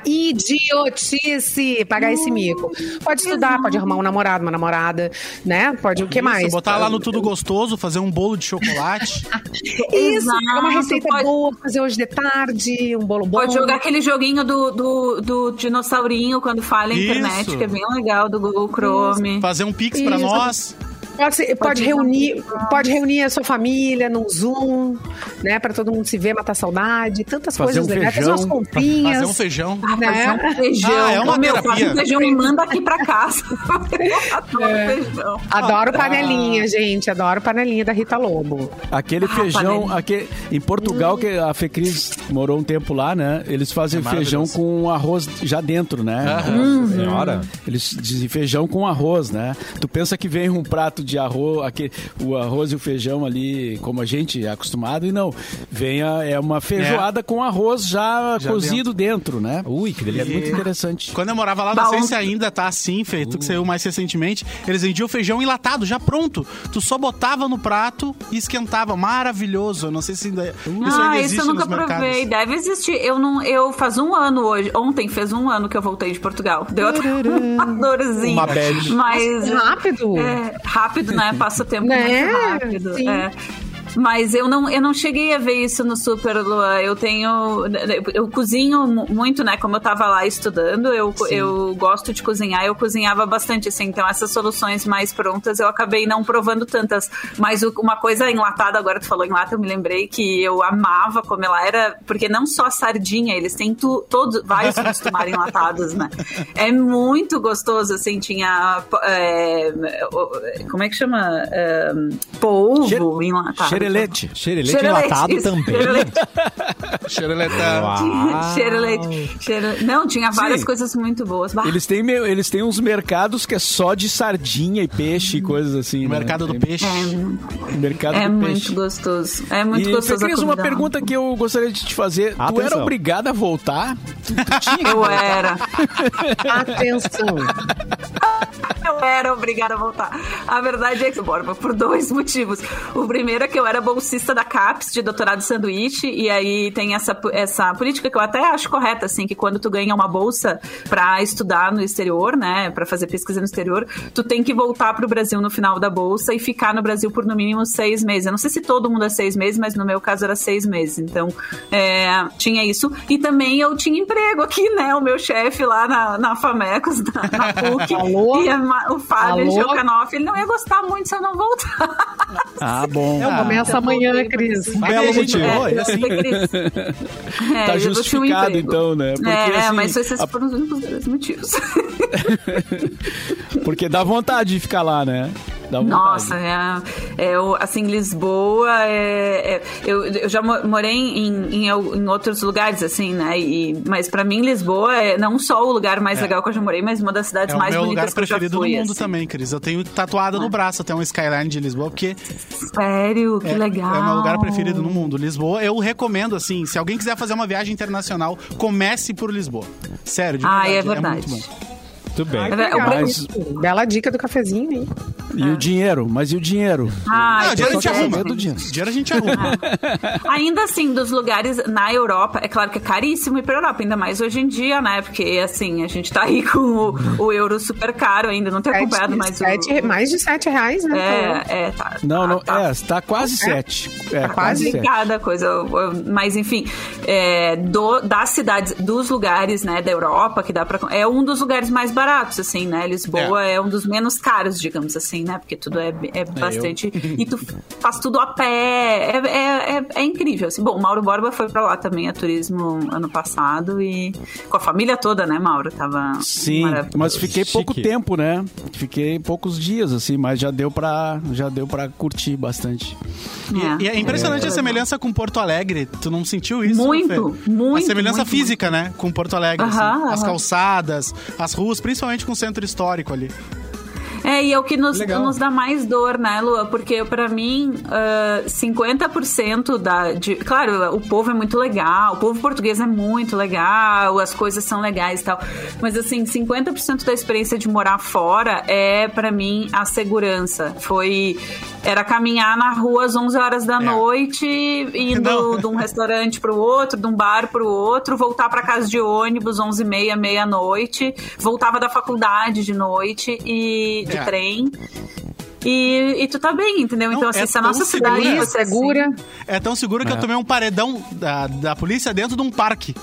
idiotice, pagar esse mico. Pode estudar, pode arrumar um namorado, uma namorada, né? Pode o que mais? Botar lá no Tudo Gostoso, fazer um bolo de chocolate. Isso, é uma receita boa, fazer hoje de tarde, um bolo bom. Pode jogar aquele joguinho do dinossaurinho quando falha a internet, que é bem legal, do Google Chrome. Fazer um Pix pra nós. Pode reunir a sua família num Zoom, né? Pra todo mundo se ver, matar saudade. Tantas coisas legais. Fazer umas comprinhas. Fazer um feijão. Né? Fazer um feijão. É uma terapia. Faz um feijão e manda aqui pra casa. Adoro feijão. Adoro panelinha, gente. Adoro panelinha da Rita Lobo. Aquele feijão... em Portugal, que a Fecris morou um tempo lá, né? Eles fazem feijão com arroz já dentro, né? Senhora. Eles dizem feijão com arroz, né? Tu pensa que vem um prato de arroz, o arroz e o feijão ali, como a gente é acostumado, e não. É uma feijoada com arroz já cozido dentro, né? Ui, que delícia. É muito interessante. Quando eu morava lá, não sei se ainda tá assim, feito que saiu mais recentemente, eles vendiam feijão enlatado, já pronto. Tu só botava no prato e esquentava. Maravilhoso. Eu não sei se ainda, isso ainda existe isso eu nunca nos provei. mercados. Deve existir. Eu faz um ano hoje. Ontem fez um ano que eu voltei de Portugal. Deu até uma dorzinha. Uma bad. Mas Rápido. Rápido, né? Passa o tempo muito rápido. Sim. Mas eu não cheguei a ver isso no super, Lua. Eu cozinho muito, né? Como eu tava lá estudando, eu gosto de cozinhar, eu cozinhava bastante, assim. Então essas soluções mais prontas eu acabei não provando tantas. Mas uma coisa enlatada, agora tu falou em lata, eu me lembrei que eu amava comer lá, porque não só a sardinha, eles têm vários frutos do mar enlatados, né? É muito gostoso, assim, tinha como é que chama? Polvo enlatado. Xerelete enlatado também. Xerelete. Não, tinha várias coisas muito boas. Eles têm uns mercados que é só de sardinha e peixe e coisas assim. O mercado do peixe. Muito gostoso. É muito gostoso. Fez uma pergunta que eu gostaria de te fazer. Tu era obrigada a voltar? Eu era. Atenção. Eu era obrigada a voltar. A verdade é que, Borba, por 2 motivos. O primeiro é que eu era bolsista da CAPES, de doutorado sanduíche, e aí tem essa política que eu até acho correta, assim, que quando tu ganha uma bolsa pra estudar no exterior, né, pra fazer pesquisa no exterior, tu tem que voltar pro Brasil no final da bolsa e ficar no Brasil por no mínimo 6 meses. Eu não sei se todo mundo é 6 meses, mas no meu caso era 6 meses. Então, tinha isso. E também eu tinha emprego aqui, né, o meu chefe lá na Famecos, na PUC. Alô? E o Fábio Jocanoff, ele não ia gostar muito se eu não voltar. Ah, bom. Começa amanhã, Cris. Um belo motivo. Tá justificado, então, né? Porque, assim, mas esses foram os únicos 2 motivos. Porque dá vontade de ficar lá, né? Nossa, assim, Lisboa, eu já morei em outros lugares, assim, né, mas pra mim Lisboa é não só o lugar mais legal que eu já morei, mas uma das cidades mais bonitas que eu já fui. É o meu lugar preferido no mundo assim. Também, Cris. Eu tenho tatuado no braço até um skyline de Lisboa, porque... Sério? Que legal. É o meu lugar preferido no mundo. Lisboa, eu recomendo, assim, se alguém quiser fazer uma viagem internacional, comece por Lisboa. Sério, de verdade. É verdade. É muito bom. Muito bem. Bela dica do cafezinho, hein? E o dinheiro? Mas e o dinheiro? O dinheiro a gente arruma. Dinheiro a gente arruma. Ainda assim, dos lugares na Europa, é claro que é caríssimo ir pra Europa, ainda mais hoje em dia, né? Porque, assim, a gente tá aí com o euro super caro ainda, não tem acompanhado mais mais de R$7, né? Tá. Tá quase 7. Tá quase cada coisa. Mas, enfim, das cidades, dos lugares, né, da Europa, que dá pra... É um dos lugares mais baratos, assim, né? Lisboa é um dos menos caros, digamos assim, né? Porque tudo é bastante... E tu faz tudo a pé. É incrível, assim. Bom, o Mauro Borba foi pra lá também a turismo ano passado e com a família toda, né, Mauro? Tava mas fiquei pouco tempo, né? Fiquei poucos dias, assim, mas já deu pra curtir bastante. E é impressionante a semelhança com Porto Alegre. Tu não sentiu isso? Muito. A semelhança física, né? Com Porto Alegre. Assim. As calçadas, as ruas, principalmente com o centro histórico ali. E é o que nos dá mais dor, né, Lua? Porque, pra mim, 50% Claro, o povo é muito legal, o povo português é muito legal, as coisas são legais e tal. Mas, assim, 50% da experiência de morar fora é, pra mim, a segurança. Era caminhar na rua às 11 horas da noite, indo de um restaurante pro outro, de um bar pro outro, voltar pra casa de ônibus 11h30, meia-noite, voltava da faculdade de noite e de trem. E tu tá bem, entendeu? Então, assim, se a nossa cidade fosse segura... É tão segura que eu tomei um paredão da polícia dentro de um parque.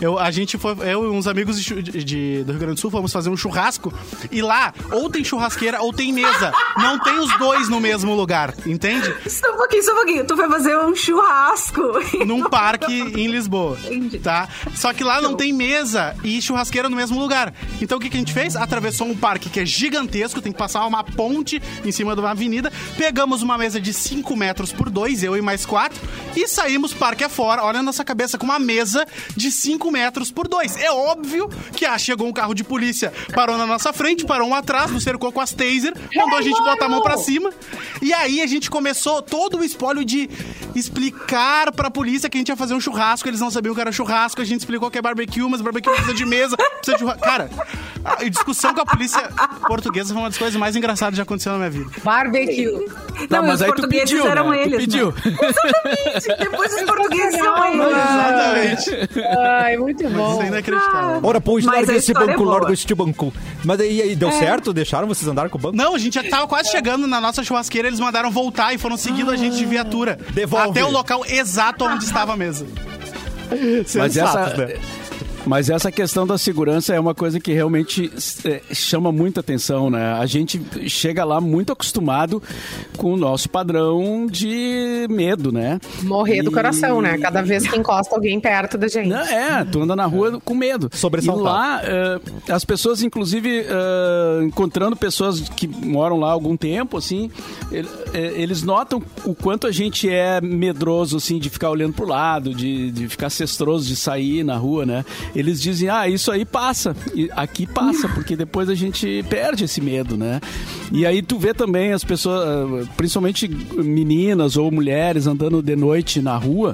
eu e uns amigos do Rio Grande do Sul fomos fazer um churrasco e lá ou tem churrasqueira ou tem mesa. Não tem os dois no mesmo lugar, entende? Só um pouquinho. Tu vai fazer um churrasco. Num parque em Lisboa, tá? Só que lá não tem mesa e churrasqueira no mesmo lugar. Então o que a gente fez? Atravessou um parque que é gigantesco, tem que passar uma ponte em cima de uma avenida, pegamos uma mesa de 5 metros por 2, eu e mais 4, e saímos parque afora, olha a nossa cabeça, com uma mesa de 5 metros por 2. É óbvio que chegou um carro de polícia, parou na nossa frente, parou um atrás, nos cercou com as taser, mandou a gente botar a mão pra cima, e aí a gente começou todo o espólio de explicar pra polícia que a gente ia fazer um churrasco, eles não sabiam que era churrasco, a gente explicou que é barbecue, mas barbecue precisa de mesa, precisa de... Cara, a discussão com a polícia portuguesa foi uma das coisas mais engraçadas que já aconteceu na minha vida. Barbecue. Não, mas aí tu pediu, eram né? eles, Tu pediu. Né? Exatamente. Depois os portugueses são eles. Exatamente. Ai, muito bom. Isso é inacreditável. Ora, pois, Mas larga a esse história banco, é boa. larga este banco. Mas aí deu certo? Deixaram vocês andarem com o banco? Não, a gente já tava quase chegando na nossa churrasqueira, eles mandaram voltar e foram seguindo a gente de viatura. Devolve. Até o local exato onde estava a mesa. Sensatos, né? Mas essa questão da segurança é uma coisa que realmente chama muita atenção, né? A gente chega lá muito acostumado com o nosso padrão de medo, né? Morrer do coração, né? Cada vez que encosta alguém perto da gente. Não, tu anda na rua com medo. Sobressaltado. E lá, as pessoas, inclusive, encontrando pessoas que moram lá há algum tempo, assim, eles notam o quanto a gente é medroso, assim, de ficar olhando pro lado, de ficar cestroso, de sair na rua, né? Eles dizem, isso aí passa. E aqui passa, porque depois a gente perde esse medo, né? E aí tu vê também as pessoas, principalmente meninas ou mulheres andando de noite na rua,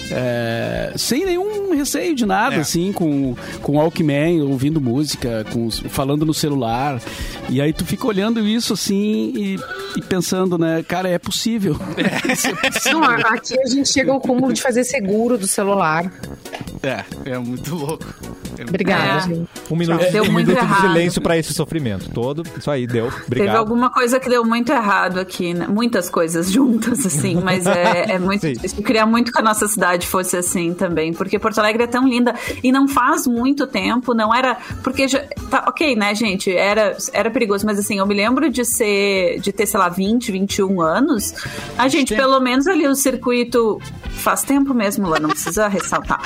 sem nenhum receio de nada, assim, com Walkman, ouvindo música, falando no celular. E aí tu fica olhando isso, assim, e pensando, né, cara, é possível. Não, aqui a gente chega ao cúmulo de fazer seguro do celular. É muito louco. Obrigada, gente. Um minuto, Deu um muito minuto de errado. silêncio pra esse sofrimento todo. Isso aí, deu. Obrigado. Teve alguma coisa que deu muito errado aqui, né? Muitas coisas juntas, assim, mas é muito Sim. difícil. Eu queria muito que a nossa cidade fosse assim também, porque Porto Alegre é tão linda e não faz muito tempo, não era... Porque, tá, ok, né, gente, era perigoso, mas assim, eu me lembro de ter, sei lá, 20, 21 anos, a gente, pelo menos ali, o circuito... Faz tempo mesmo, lá, não precisa ressaltar.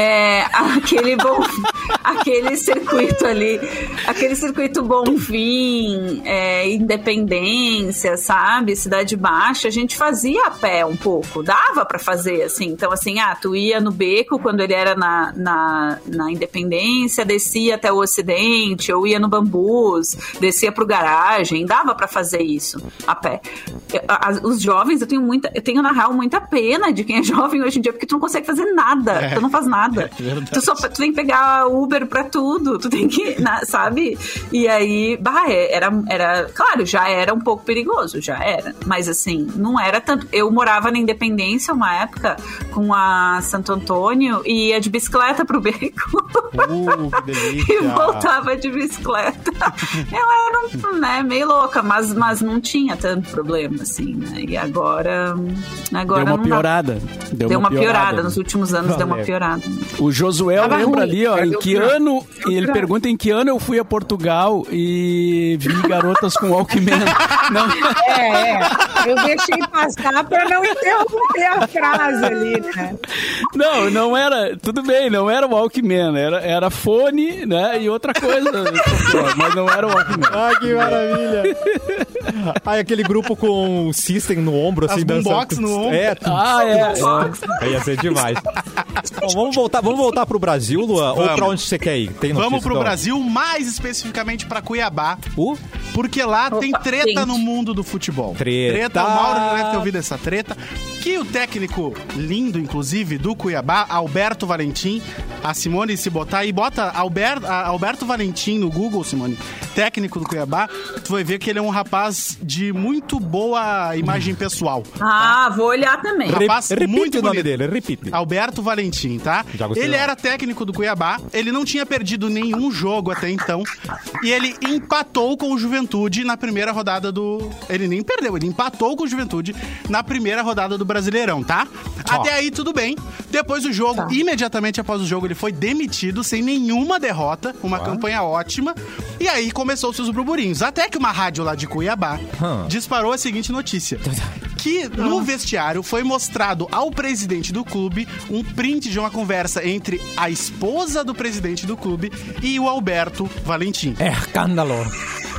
Aquele circuito ali, aquele circuito Bonfim, Independência, sabe? Cidade Baixa, a gente fazia a pé um pouco, dava pra fazer, assim. Então, assim, tu ia no beco quando ele era na Independência, descia até o Ocidente, ou ia no Bambus, descia pro Garagem, dava pra fazer isso a pé. Os jovens, eu tenho na real muita pena de quem é jovem hoje em dia, porque tu não consegue fazer nada, tu não faz nada. Tu tem que pegar Uber pra tudo, tu tem que, sabe? E aí, era, claro, já era um pouco perigoso, já era, mas assim, não era tanto. Eu morava na Independência uma época com a Santo Antônio e ia de bicicleta pro beco. Que delícia. E voltava de bicicleta. Eu era, né, meio louca, mas não tinha tanto problema, assim, né? E agora Deu uma não dá. piorada. Deu uma piorada. Nos últimos anos deu uma piorada. O Josué Tava lembra ruim, ali, ó, em deu que pior. ano... E ele pergunta em que ano eu fui a Portugal e vi garotas com Walkman. Não, Eu deixei passar pra não interromper a frase ali, né? não era... Tudo bem, não era Walkman. Era fone, né? E outra coisa. Mas não era Walkman. Que maravilha. Aquele grupo com o System no ombro, assim, As boombox no ombro. Ia ser demais. Bom, vamos voltar pro Brasil, Luan? Ou pra onde você quer ir? Tem notícia, Vamos pro então? Brasil, mais especificamente pra Cuiabá. Porque lá tem Opa, treta gente. no mundo do futebol. Treta. O Mauro já deve ter ouvido essa treta. Que o técnico lindo, inclusive, do Cuiabá, Alberto Valentim, a Simone se botar e bota Alberto Valentim no Google, Simone, técnico do Cuiabá, tu vai ver que ele é um rapaz de muito boa imagem pessoal. Vou olhar também. Rapaz Repite muito o nome bonito. dele, repite. Alberto Valentim, tá? Já gostei Ele do nome. era técnico do Cuiabá, ele não tinha perdido nenhum jogo até então, e ele empatou com o Juventude na primeira rodada do... Ele nem perdeu, ele empatou com o Juventude na primeira rodada do Brasileirão, tá? Até aí tudo bem. Depois do jogo, imediatamente após o jogo, ele foi demitido sem nenhuma derrota, uma campanha ótima. E aí começou-se os burburinhos. Até que uma rádio lá de Cuiabá disparou a seguinte notícia. Que no vestiário foi mostrado ao presidente do clube um print de uma conversa entre a esposa do presidente do clube e o Alberto Valentim. É escândalo.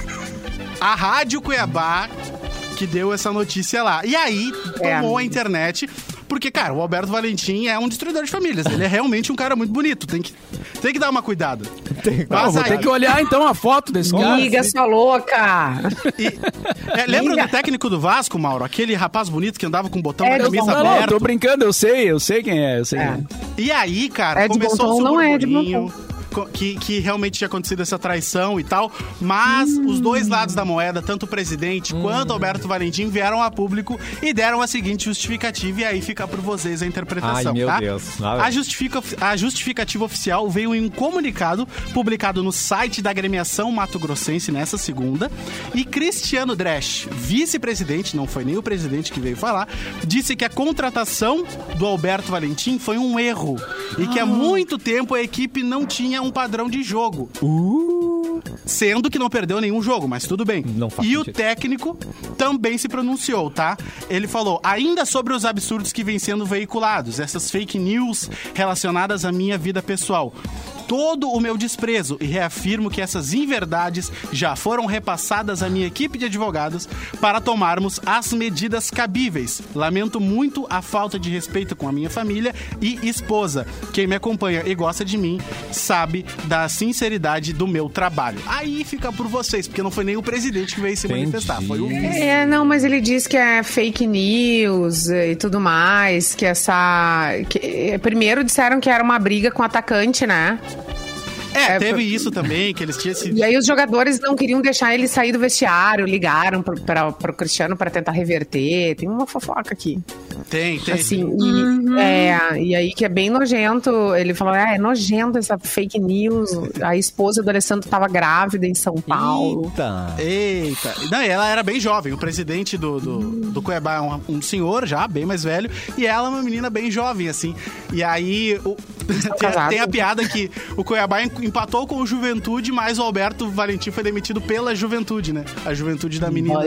A Rádio Cuiabá que deu essa notícia lá. E aí tomou a internet... Porque, cara, o Alberto Valentim é um destruidor de famílias. Ele é realmente um cara muito bonito. Tem que dar uma cuidada. Vou ter que olhar, então, a foto desse cara. Amiga, sua louca. Lembra do técnico do Vasco, Mauro? Aquele rapaz bonito que andava com o botão da camisa aberto? Não, tô brincando, eu sei quem é. E aí, cara, começou o burburinho... Que realmente tinha acontecido essa traição e tal, mas os dois lados da moeda, tanto o presidente quanto o Alberto Valentim, vieram a público e deram a seguinte justificativa, e aí fica por vocês a interpretação. Ai, meu tá? Deus. A justificativa oficial veio em um comunicado publicado no site da agremiação mato-grossense nessa segunda, e Cristiano Dresch, vice-presidente, não foi nem o presidente que veio falar, disse que a contratação do Alberto Valentim foi um erro e que há muito tempo a equipe não tinha um padrão de jogo. Sendo que não perdeu nenhum jogo, mas tudo bem. E o técnico também se pronunciou, tá? Ele falou, ainda sobre os absurdos que vêm sendo veiculados, essas fake news relacionadas à minha vida pessoal. Todo o meu desprezo e reafirmo que essas inverdades já foram repassadas à minha equipe de advogados para tomarmos as medidas cabíveis. Lamento muito a falta de respeito com a minha família e esposa. Quem me acompanha e gosta de mim sabe da sinceridade do meu trabalho. Aí fica por vocês, porque não foi nem o presidente que veio se manifestar, foi o vice. Não, mas ele diz que é fake news e tudo mais, que primeiro disseram que era uma briga com o atacante, né? Teve isso também, que eles tinham esse... E aí os jogadores não queriam deixar ele sair do vestiário, ligaram pro Cristiano para tentar reverter. Tem uma fofoca aqui. Tem. Assim, e aí que é bem nojento. Ele falou, é nojento essa fake news. A esposa do Alessandro estava grávida em São Paulo. Eita. Não, ela era bem jovem. O presidente do Cuiabá é um senhor já, bem mais velho. E ela é uma menina bem jovem, assim. E aí tem a piada que o Cuiabá empatou com o Juventude, mas o Alberto Valentim foi demitido pela Juventude, né? A Juventude da menina.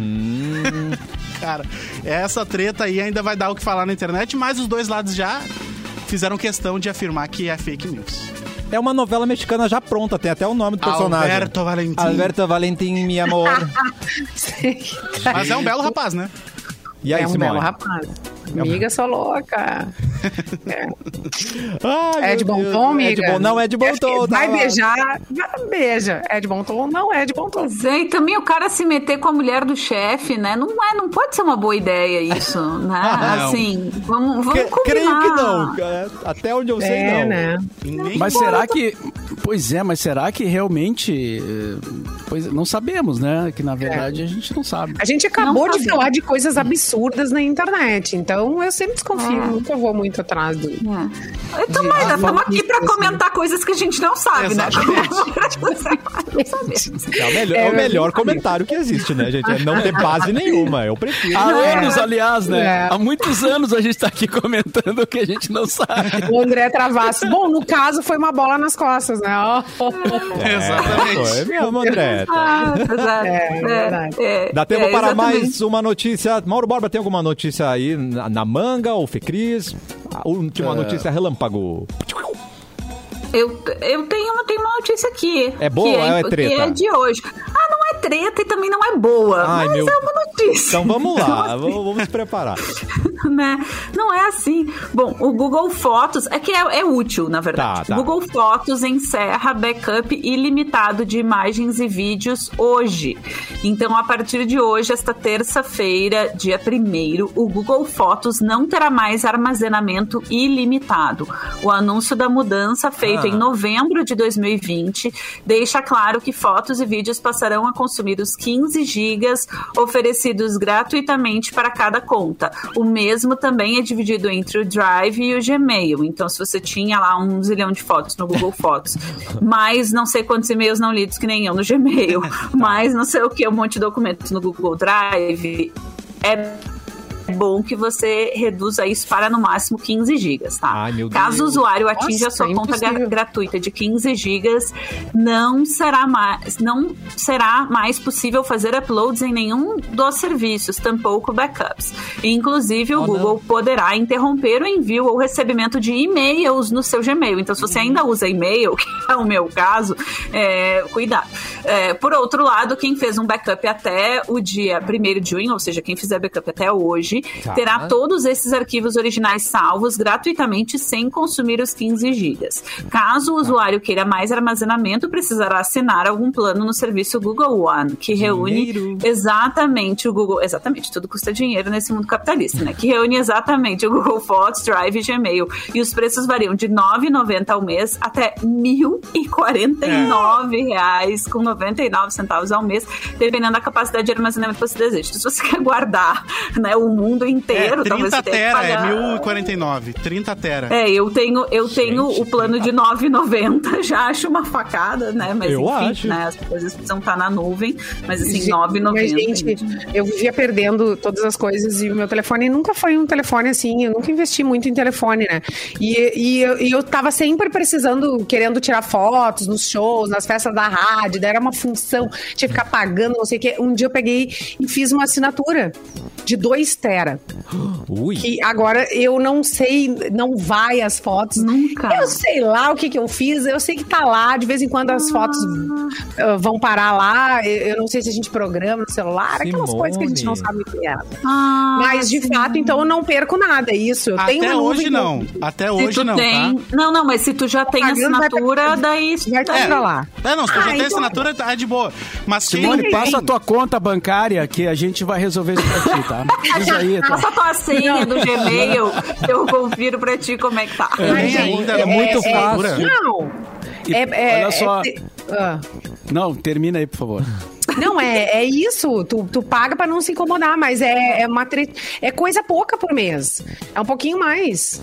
Cara, essa treta aí ainda vai dar o que falar na internet, mas os dois lados já fizeram questão de afirmar que é fake news. É uma novela mexicana já pronta, tem até o nome do personagem. Alberto Valentim, meu amor. Mas é um belo rapaz, né? E aí, Simone? Belo rapaz. Amiga, sou louca. Ai, é de bom tom, amiga? Não é de bom tom. Vai beijar, beija. É de bom tom? Não é de bom tom. E também o cara se meter com a mulher do chefe, né? Não pode ser uma boa ideia isso, né? Assim, vamos combinar. Creio que não. Até onde eu sei, não. Né? Mas será que... Pois é, mas será que realmente... Pois não sabemos, né? Que na verdade a gente não sabe. A gente acabou de falar de coisas absurdas na internet, então eu sempre desconfio, nunca vou muito atrás do... Eu também, estamos aqui pra comentar coisas que a gente não sabe, né? É o melhor comentário que existe, né, gente? É não ter base nenhuma, eu prefiro. Há anos, aliás, né? Há muitos anos a gente tá aqui comentando o que a gente não sabe. O André Travassos. Bom, no caso foi uma bola nas costas, né? Exatamente. É mesmo, André. Verdade. Dá tempo para mais uma notícia. Mauro Borba, tem alguma notícia aí na manga, ou Fê Cris? A última notícia relâmpago. Eu tenho uma notícia aqui. É boa ou é treta? Que é de hoje. Não é treta e também não é boa. Mas é uma notícia. Então vamos lá, vamos se preparar. Né? Não é assim. Bom, o Google Fotos é que é útil, na verdade. Tá. Google Fotos encerra backup ilimitado de imagens e vídeos hoje. Então, a partir de hoje, esta terça-feira, dia 1º, o Google Fotos não terá mais armazenamento ilimitado. O anúncio da mudança, feito em novembro de 2020, deixa claro que fotos e vídeos passarão a consumir os 15 gigas oferecidos gratuitamente para cada conta. O mesmo também é dividido entre o Drive e o Gmail. Então, se você tinha lá 1 zilhão de fotos no Google Fotos, mais não sei quantos e-mails não lidos que nem eu no Gmail, mais não sei o que, um monte de documentos no Google Drive, bom que você reduza isso para no máximo 15 gigas, tá? Ai, meu Caso o Deus. usuário atinja a sua conta gratuita de 15 gigas, não será mais possível fazer uploads em nenhum dos serviços, tampouco backups. Inclusive, o Google poderá interromper o envio ou recebimento de e-mails no seu Gmail. Então, se você ainda usa e-mail, que é o meu caso, cuidado. Por outro lado, quem fez um backup até o dia 1º de junho, ou seja, quem fizer backup até hoje, terá todos esses arquivos originais salvos gratuitamente sem consumir os 15 gigas. Caso o usuário queira mais armazenamento, precisará assinar algum plano no serviço Google One, que reúne exatamente o Google... Exatamente, tudo custa dinheiro nesse mundo capitalista, né? Que reúne exatamente o Google Fotos, Drive e Gmail. E os preços variam de R$ 9,90 ao mês até R$ 1.049,99 ao mês, dependendo da capacidade de armazenamento que você deseja. Então, se você quer guardar, né, o mundo inteiro, talvez você tenha que pagar... 1.049, 30 tera. Eu tenho o plano de R$ 9,90, já acho uma facada, né? Mas enfim, né, as coisas precisam estar na nuvem, mas assim, R$ 9,90. Gente, eu vivia perdendo todas as coisas e o meu telefone nunca foi um telefone assim, eu nunca investi muito em telefone, né? E eu tava sempre precisando, querendo tirar fotos nos shows, nas festas da rádio, daí era uma função, tinha que ficar pagando, não sei o que. Um dia eu peguei e fiz uma assinatura de 2 tera. Ui. Que agora eu não sei, não vai as fotos. Nunca. Eu sei lá o que eu fiz, eu sei que tá lá, de vez em quando as fotos vão parar lá, eu não sei se a gente programa no celular, aquelas coisas que a gente não sabe o que é. Mas, de fato, então eu não perco nada, isso. Eu tenho Até hoje não. Até hoje não, tem... tá? Não, mas se tu já tem assinatura, daí... Vai pra lá. Não, se tu já tem assinatura, tá de boa. Mas Simone, passa a tua conta bancária que a gente vai resolver isso pra ti, tá? Diz aí, passa a tua senha do Gmail, eu confiro pra ti como é que tá. É muito fácil. Não. Olha só. Não, termina aí, por favor. Não, é isso. Tu paga pra não se incomodar, mas é coisa pouca por mês. É um pouquinho mais.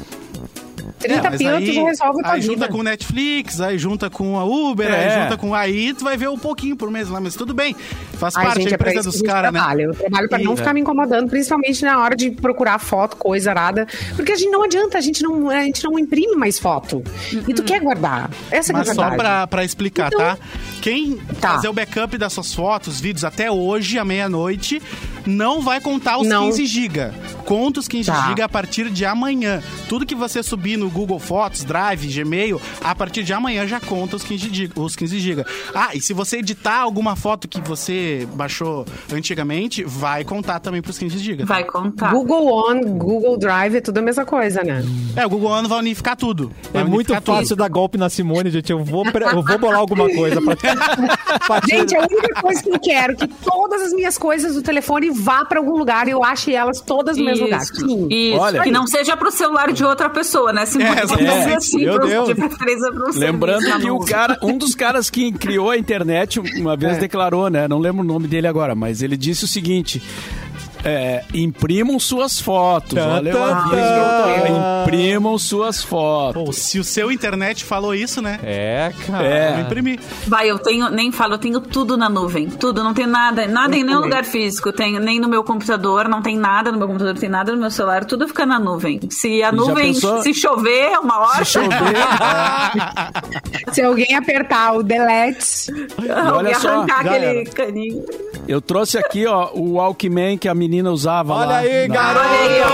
30 pila tu já resolve a tua vida. Aí junta com o Netflix, aí junta com a Uber, aí junta com... Aí tu vai ver um pouquinho por mês lá, mas tudo bem. Faz parte da empresa dos caras, né? Eu trabalho pra não ficar me incomodando, principalmente na hora de procurar foto, coisa arada. Porque a gente não adianta, a gente não imprime mais foto. E tu quer guardar. Essa é a verdade. Mas só pra explicar, então, tá? Quem fazer o backup das suas fotos, vídeos até hoje, à meia-noite, não vai contar os 15 GB. Conta os 15 GB a partir de amanhã. Tudo que você subir no Google Fotos, Drive, Gmail, a partir de amanhã já conta os 15 GB. E se você editar alguma foto que você baixou antigamente, vai contar também pros 15 GB. Vai contar. Google On, Google Drive, é tudo a mesma coisa, né? O Google On vai unificar tudo. É muito fácil dar golpe na Simone, gente. Eu vou bolar alguma coisa pra... Gente, a única coisa que eu quero é que todas as minhas coisas do telefone vá pra algum lugar e eu ache elas todas no mesmo lugar. Sim. Isso. Olha, que não seja pro celular de outra pessoa, né? De preferência pro lembrando que um dos caras que criou a internet uma vez declarou, né? Não lembro o nome dele agora, mas ele disse o seguinte... imprimam suas fotos. Olha, imprimam suas fotos. Pô, se o seu internet falou isso, né? Cara. Vou imprimir. Eu tenho tudo na nuvem. Tudo, não tem nada em nenhum lugar físico. Nem no meu computador, não tem nada no meu computador, não tem nada no meu celular. Tudo fica na nuvem. Se a nuvem, se chover, uma hora... Se chover... Se alguém apertar o delete... Olha só, arrancar aquele caninho... Eu trouxe aqui, o Walkman que a menina usava. Olha lá. Aí, garoto!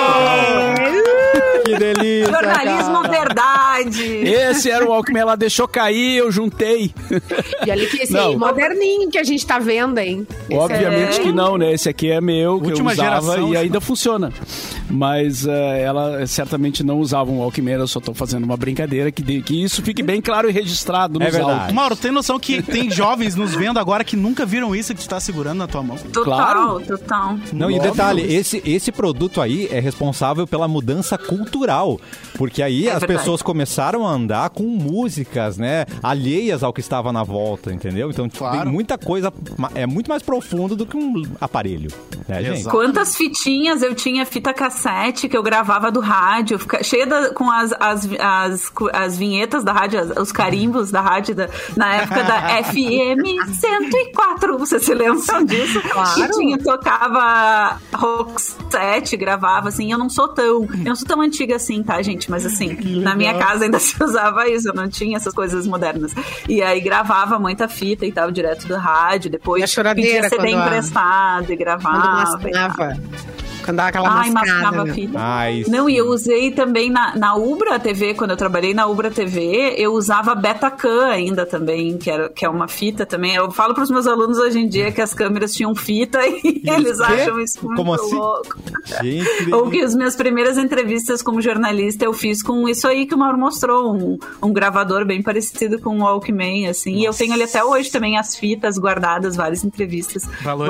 Que delícia, jornalismo verdade. Esse era o Walkman, ela deixou cair, eu juntei. E olha que esse aí moderninho que a gente tá vendo, hein? Obviamente que não, né? Esse aqui é meu, que última eu usava geração, e ainda funciona. Mas ela certamente não usava um Walkman, eu só tô fazendo uma brincadeira, que isso fique bem claro e registrado nos áudios. Mauro, tem noção que tem jovens nos vendo agora que nunca viram isso que tu tá segurando na tua mão? Total. Não, e detalhe, esse produto aí é responsável pela mudança cultural, porque aí as pessoas começaram a andar com músicas, né, alheias ao que estava na volta, entendeu? Então tem muita coisa, é muito mais profundo do que um aparelho, né, gente? Quantas fitinhas eu tinha, fita cassete cassete que eu gravava do rádio, cheia com as vinhetas da rádio, os carimbos da rádio, na época da FM 104. Vocês se lembram disso? Claro. Que tocava Roxette, gravava, assim. Eu não sou tão antiga assim, tá, gente? Mas assim, na minha casa ainda se usava isso, eu não tinha essas coisas modernas. E aí gravava muita fita e tal, direto do rádio, depois pedia CD emprestado e gravava. Quando dava aquela mascava a fita. Não, e eu usei também na Ubra TV, quando eu trabalhei na Ubra TV, eu usava Betacam ainda também, que é uma fita também. Eu falo pros meus alunos hoje em dia que as câmeras tinham fita e eles acham isso muito louco. Gente, ou que as minhas primeiras entrevistas como jornalista eu fiz com isso aí que o Mauro mostrou, um gravador bem parecido com um Walkman, assim. Nossa. E eu tenho ali até hoje também as fitas guardadas, várias entrevistas.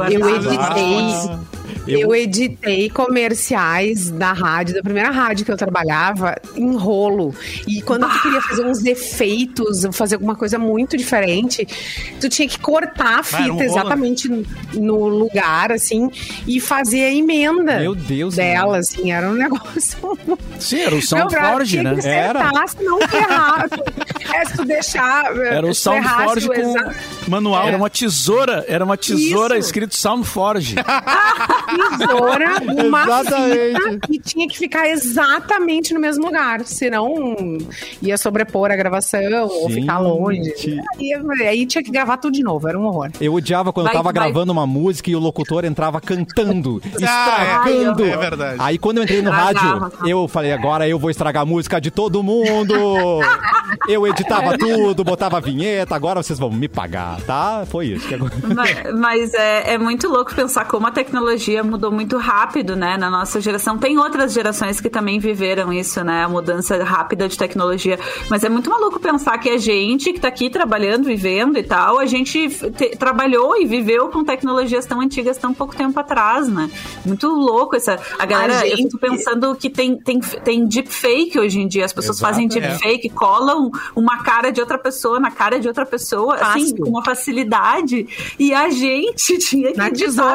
Eu editei comerciais da rádio, da primeira rádio que eu trabalhava, em rolo. E quando tu queria fazer uns efeitos, fazer alguma coisa muito diferente, tu tinha que cortar a fita exatamente no lugar, assim, e fazer a emenda dela, assim. Era um negócio... Sim, era o Soundforge, né? Era. Se não ferrar. Se tu deixar... Era o Soundforge com manual. Era uma tesoura escrito Soundforge. Tesoura, uma fita, e tinha que ficar exatamente no mesmo lugar, senão ia sobrepor a gravação ou ficar longe. Aí tinha que gravar tudo de novo, era um horror. Eu odiava quando eu tava gravando uma música e o locutor entrava cantando, estragando. É verdade. Aí quando eu entrei no rádio, eu falei, agora eu vou estragar a música de todo mundo. Eu editava tudo, botava a vinheta, agora vocês vão me pagar, tá? Foi isso. Mas é muito louco pensar como a tecnologia mudou muito rápido, né, na nossa geração. Tem outras gerações que também viveram isso, né, a mudança rápida de tecnologia, mas é muito maluco pensar que a gente que tá aqui trabalhando, vivendo e tal, a gente trabalhou e viveu com tecnologias tão antigas tão pouco tempo atrás, né, muito louco a galera, eu fico pensando que tem deepfake hoje em dia, as pessoas fazem deepfake, colam uma cara de outra pessoa na cara de outra pessoa, assim, com uma facilidade, e a gente tinha que na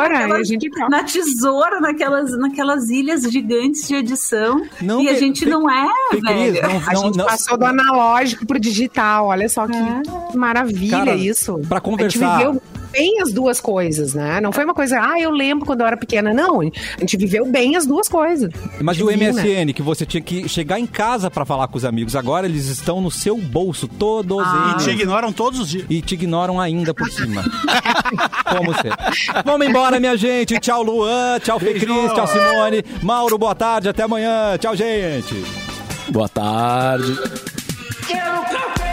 tesoura, naquelas ilhas gigantes de edição. Não, e a gente não é, velho. A gente passou do analógico pro digital. Olha só que maravilha. Cara, isso. Pra conversar. A gente viveu bem as duas coisas, né? Não foi uma coisa, eu lembro quando eu era pequena. Não, a gente viveu bem as duas coisas. Mas o MSN, que você tinha que chegar em casa pra falar com os amigos, agora eles estão no seu bolso, todos eles. E te ignoram todos os dias. E te ignoram ainda por cima. Como ser? Vamos embora, minha gente. Tchau, Luan. Tchau, Fê Cris. Tchau, Simone. Mauro, boa tarde. Até amanhã. Tchau, gente. Boa tarde. Quero café!